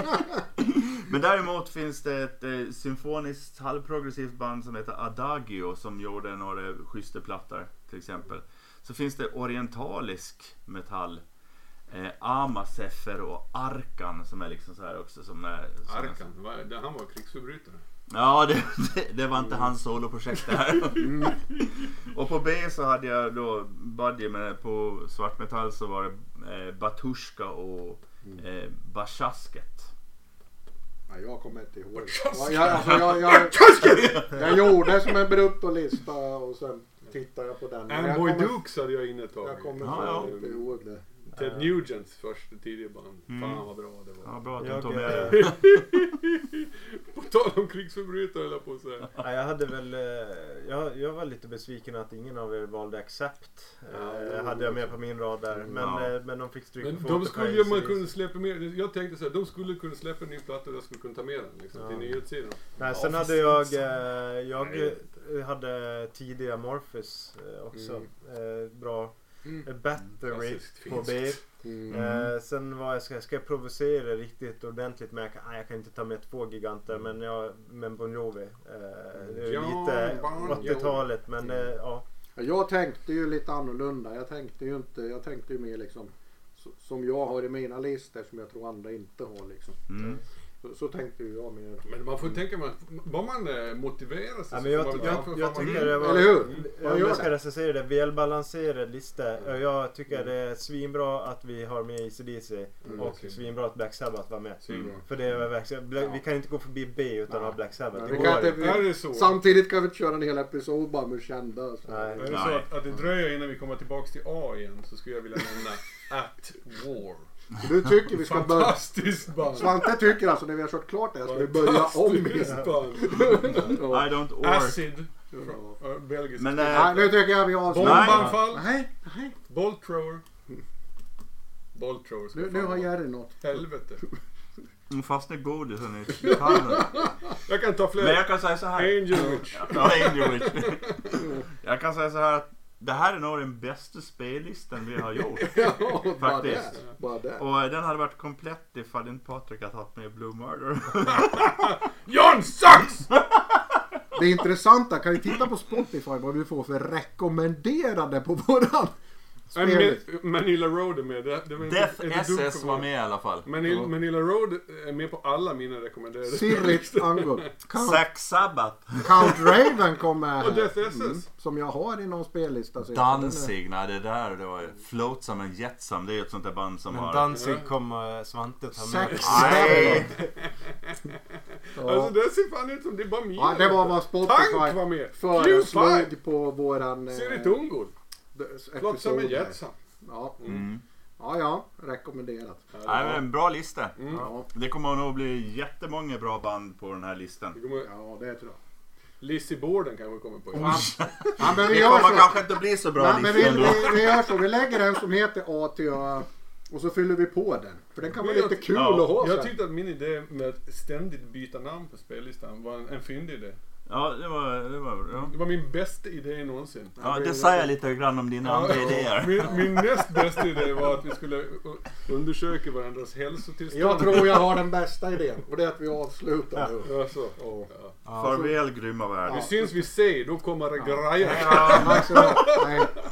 Speaker 2: Men däremot finns det ett eh, symfoniskt halvprogressivt band som heter Adagio som gjorde några schyssta plattor till exempel. Så finns det orientalisk metall eh, Amasefer och Arkan som är liksom så här också. Som är, som
Speaker 3: Arkan, var, det, han var krigsförbrytare.
Speaker 2: Ja, det, det, det var inte hans soloprojekt det här. Mm. Och på B så hade jag då buddy med på svartmetall så var det eh, Batushka och eh, Bashasket.
Speaker 1: Ja, jag kommer inte ihåg. Ja, jag, alltså, jag, jag, jag, jag gjorde som en bruttolista och sen tittade jag på den.
Speaker 3: Amboy Dukes hade jag inne ett tag.
Speaker 1: Jag kommer
Speaker 2: ja, ja.
Speaker 1: inte ihåg det.
Speaker 3: Ted Nugents första tidiga band.
Speaker 2: Mm.
Speaker 3: Fan vad bra det var.
Speaker 2: Ja, bra att
Speaker 4: Jag,
Speaker 2: du tog med
Speaker 4: eh,
Speaker 2: det.
Speaker 3: På tal om krigsförbrytare eller på att säga.
Speaker 4: Ja, jag hade väl eh, jag, jag var lite besviken att ingen av er valde Accept.
Speaker 3: Ja,
Speaker 4: Eh, hade jag med på min rad där. Men,
Speaker 2: Ja.
Speaker 4: eh, men de fick stryk
Speaker 3: Men
Speaker 4: på
Speaker 3: de
Speaker 4: fotot
Speaker 3: skulle
Speaker 4: på
Speaker 3: ju man
Speaker 4: A C D C.
Speaker 3: kunna släppa med. Jag tänkte så här, de skulle kunna släppa en ny platta och jag skulle kunna ta med den liksom,
Speaker 4: Ja.
Speaker 3: till nyhetssidan.
Speaker 4: Nej,
Speaker 3: Ja,
Speaker 4: sen
Speaker 3: för
Speaker 4: hade jag,
Speaker 3: fan.
Speaker 4: eh, jag
Speaker 3: Nej.
Speaker 4: eh, hade tidiga Morphus eh, också. Eh, bra.
Speaker 3: Mm.
Speaker 4: Eh, Battery
Speaker 3: Klassiskt
Speaker 4: på
Speaker 3: finskt.
Speaker 4: B.
Speaker 1: Mm.
Speaker 4: Eh, sen var jag, ska, ska jag provocera riktigt ordentligt men jag kan, nej, jag kan inte ta med två giganter men jag, men Bon Jovi. Eh, det är
Speaker 3: Ja,
Speaker 4: lite
Speaker 3: Bon Jovi.
Speaker 4: åttiotalet men eh, ja.
Speaker 1: Jag tänkte ju lite annorlunda. Jag tänkte ju inte, jag tänkte ju mer liksom så- som jag har i mina listor som jag tror andra inte har liksom.
Speaker 2: Mm.
Speaker 1: Så, så tänkte ju jag mer.
Speaker 3: Men man får tänka man, vad man eh, motiverar sig
Speaker 4: Ja,
Speaker 3: så
Speaker 4: men jag,
Speaker 3: får man
Speaker 4: jag,
Speaker 3: väl för
Speaker 4: jag
Speaker 3: fan
Speaker 4: tycker
Speaker 3: man-
Speaker 4: det var,
Speaker 1: Eller hur?
Speaker 4: om
Speaker 1: Man gör
Speaker 4: jag ska
Speaker 1: det.
Speaker 4: recensera det, välbalanserad lista. Jag tycker det är svinbra att vi har med A C D C
Speaker 3: Mm,
Speaker 4: och
Speaker 3: svinbra.
Speaker 4: svinbra att Black Sabbath var med.
Speaker 3: Svinbra.
Speaker 4: För det är verkligen, Black- vi kan inte gå förbi B utan att
Speaker 1: Nej.
Speaker 4: ha Black Sabbath.
Speaker 1: Nej,
Speaker 4: Det
Speaker 1: vi
Speaker 4: går
Speaker 1: kan inte,
Speaker 4: inte.
Speaker 3: Är
Speaker 1: vi,
Speaker 3: det så?
Speaker 1: samtidigt kan vi inte köra en hel episod bara med kända. Så.
Speaker 4: Nej.
Speaker 3: Är det
Speaker 2: Nej.
Speaker 3: så att, att det dröjer innan vi kommer tillbaks till A igen så skulle jag vilja nämna At War.
Speaker 1: Du tycker vi ska börja.
Speaker 3: Fantastiskt band.
Speaker 1: Svante tycker alltså när vi har kört klart det här ska vi börja om igen.
Speaker 3: Fantastiskt band.
Speaker 2: I don't ork.
Speaker 3: Acid.
Speaker 1: Ja.
Speaker 3: Från, äh, belgisk.
Speaker 2: Men,
Speaker 1: Nej,
Speaker 2: äh,
Speaker 1: nu tycker jag vi avslutar.
Speaker 3: Bombanfall.
Speaker 1: Nej, nej.
Speaker 3: Bolt thrower. Bolt thrower ska
Speaker 1: Nu, nu
Speaker 3: fan
Speaker 1: har
Speaker 3: vara.
Speaker 1: Jerry något.
Speaker 3: Helvete.
Speaker 2: hon fastnar godisen i tarmen.
Speaker 3: Jag kan ta fler.
Speaker 2: Men jag kan säga så här.
Speaker 3: Angel Witch.
Speaker 2: Ja, Angel Witch. Jag kan säga så här att det här är nog den bästa spellistan vi har gjort.
Speaker 1: Ja, bara
Speaker 2: Faktiskt.
Speaker 1: det. Bara det.
Speaker 2: Och eh, den hade varit komplett ifall inte Patrik hade haft med Blue Murder.
Speaker 3: John sucks!
Speaker 1: Det intressanta, kan vi titta på Spotify vad vi får för rekommenderade på våran
Speaker 3: Nej,
Speaker 1: spellista.
Speaker 3: men- Manila Road är med. Det, det var inte-
Speaker 2: Death
Speaker 3: inte dumt
Speaker 2: S S
Speaker 3: för
Speaker 2: var
Speaker 3: mig.
Speaker 2: med i alla fall.
Speaker 3: Manila,
Speaker 1: Ja.
Speaker 3: Manila Road är med på alla mina rekommenderade.
Speaker 1: Sirrit Angle. Count,
Speaker 2: Zack Sabbath.
Speaker 1: Count Raven kommer
Speaker 3: Och Death
Speaker 1: här.
Speaker 3: S S.
Speaker 1: Mm, som jag har i någon spellista. så jag-
Speaker 2: Danzig, nej det där det var Float som en Jetsam. Det är ju ett sånt där band som
Speaker 4: Men
Speaker 2: har...
Speaker 4: Danzig kommer Svante ta med.
Speaker 1: Sex.
Speaker 2: Nej!
Speaker 1: Ja.
Speaker 3: Alltså det ser fan ut som det är bara mina.
Speaker 1: Ja, det var vad
Speaker 3: Tank
Speaker 1: Spotify
Speaker 3: var med.
Speaker 1: föreslog
Speaker 3: Q-Five.
Speaker 1: på våran...
Speaker 3: Sirrit Ungol.
Speaker 1: d-
Speaker 3: Flott som en
Speaker 1: episod här.
Speaker 3: Jetsam.
Speaker 1: Ja.
Speaker 2: Mm.
Speaker 1: ja, ja, rekommenderat.
Speaker 2: Nej, men en bra lista.
Speaker 3: Mm.
Speaker 1: Ja,
Speaker 2: Det kommer nog bli jättemånga bra band på den här listan.
Speaker 3: Det kommer-
Speaker 1: ja, det tror jag.
Speaker 3: Lizzie Borden kanske kommer på.
Speaker 1: Ja, ja, men vi
Speaker 2: Det
Speaker 1: gör
Speaker 2: kommer
Speaker 1: så.
Speaker 2: kanske inte bli så bra
Speaker 1: Nej, men vi,
Speaker 2: lista ändå.
Speaker 1: vi, vi gör så. Vi lägger en som heter A till Ö och så fyller vi på den. För den kan vara
Speaker 3: Men
Speaker 1: lite
Speaker 3: jag-
Speaker 1: kul
Speaker 2: ja,
Speaker 1: att ha
Speaker 3: Jag
Speaker 1: sen.
Speaker 3: tyckte att min idé med att ständigt byta namn på spellistan var en, en fyndig idé.
Speaker 2: Ja, det var... Det var ja.
Speaker 3: Det var min bästa idé någonsin.
Speaker 2: Ja, det säger lite grann om dina andra idéer.
Speaker 3: Min, min näst bästa idé var att vi skulle u- undersöka varandras hälsotillstånd.
Speaker 1: Jag tror jag har den bästa idén. Och det är att vi avslutar nu.
Speaker 3: Ja, så.
Speaker 1: Ja.
Speaker 3: Ja.
Speaker 2: Farväl grymma värld.
Speaker 3: Vi syns vi säger, då kommer det grejer.
Speaker 1: Ja, tack så mycket. Nej.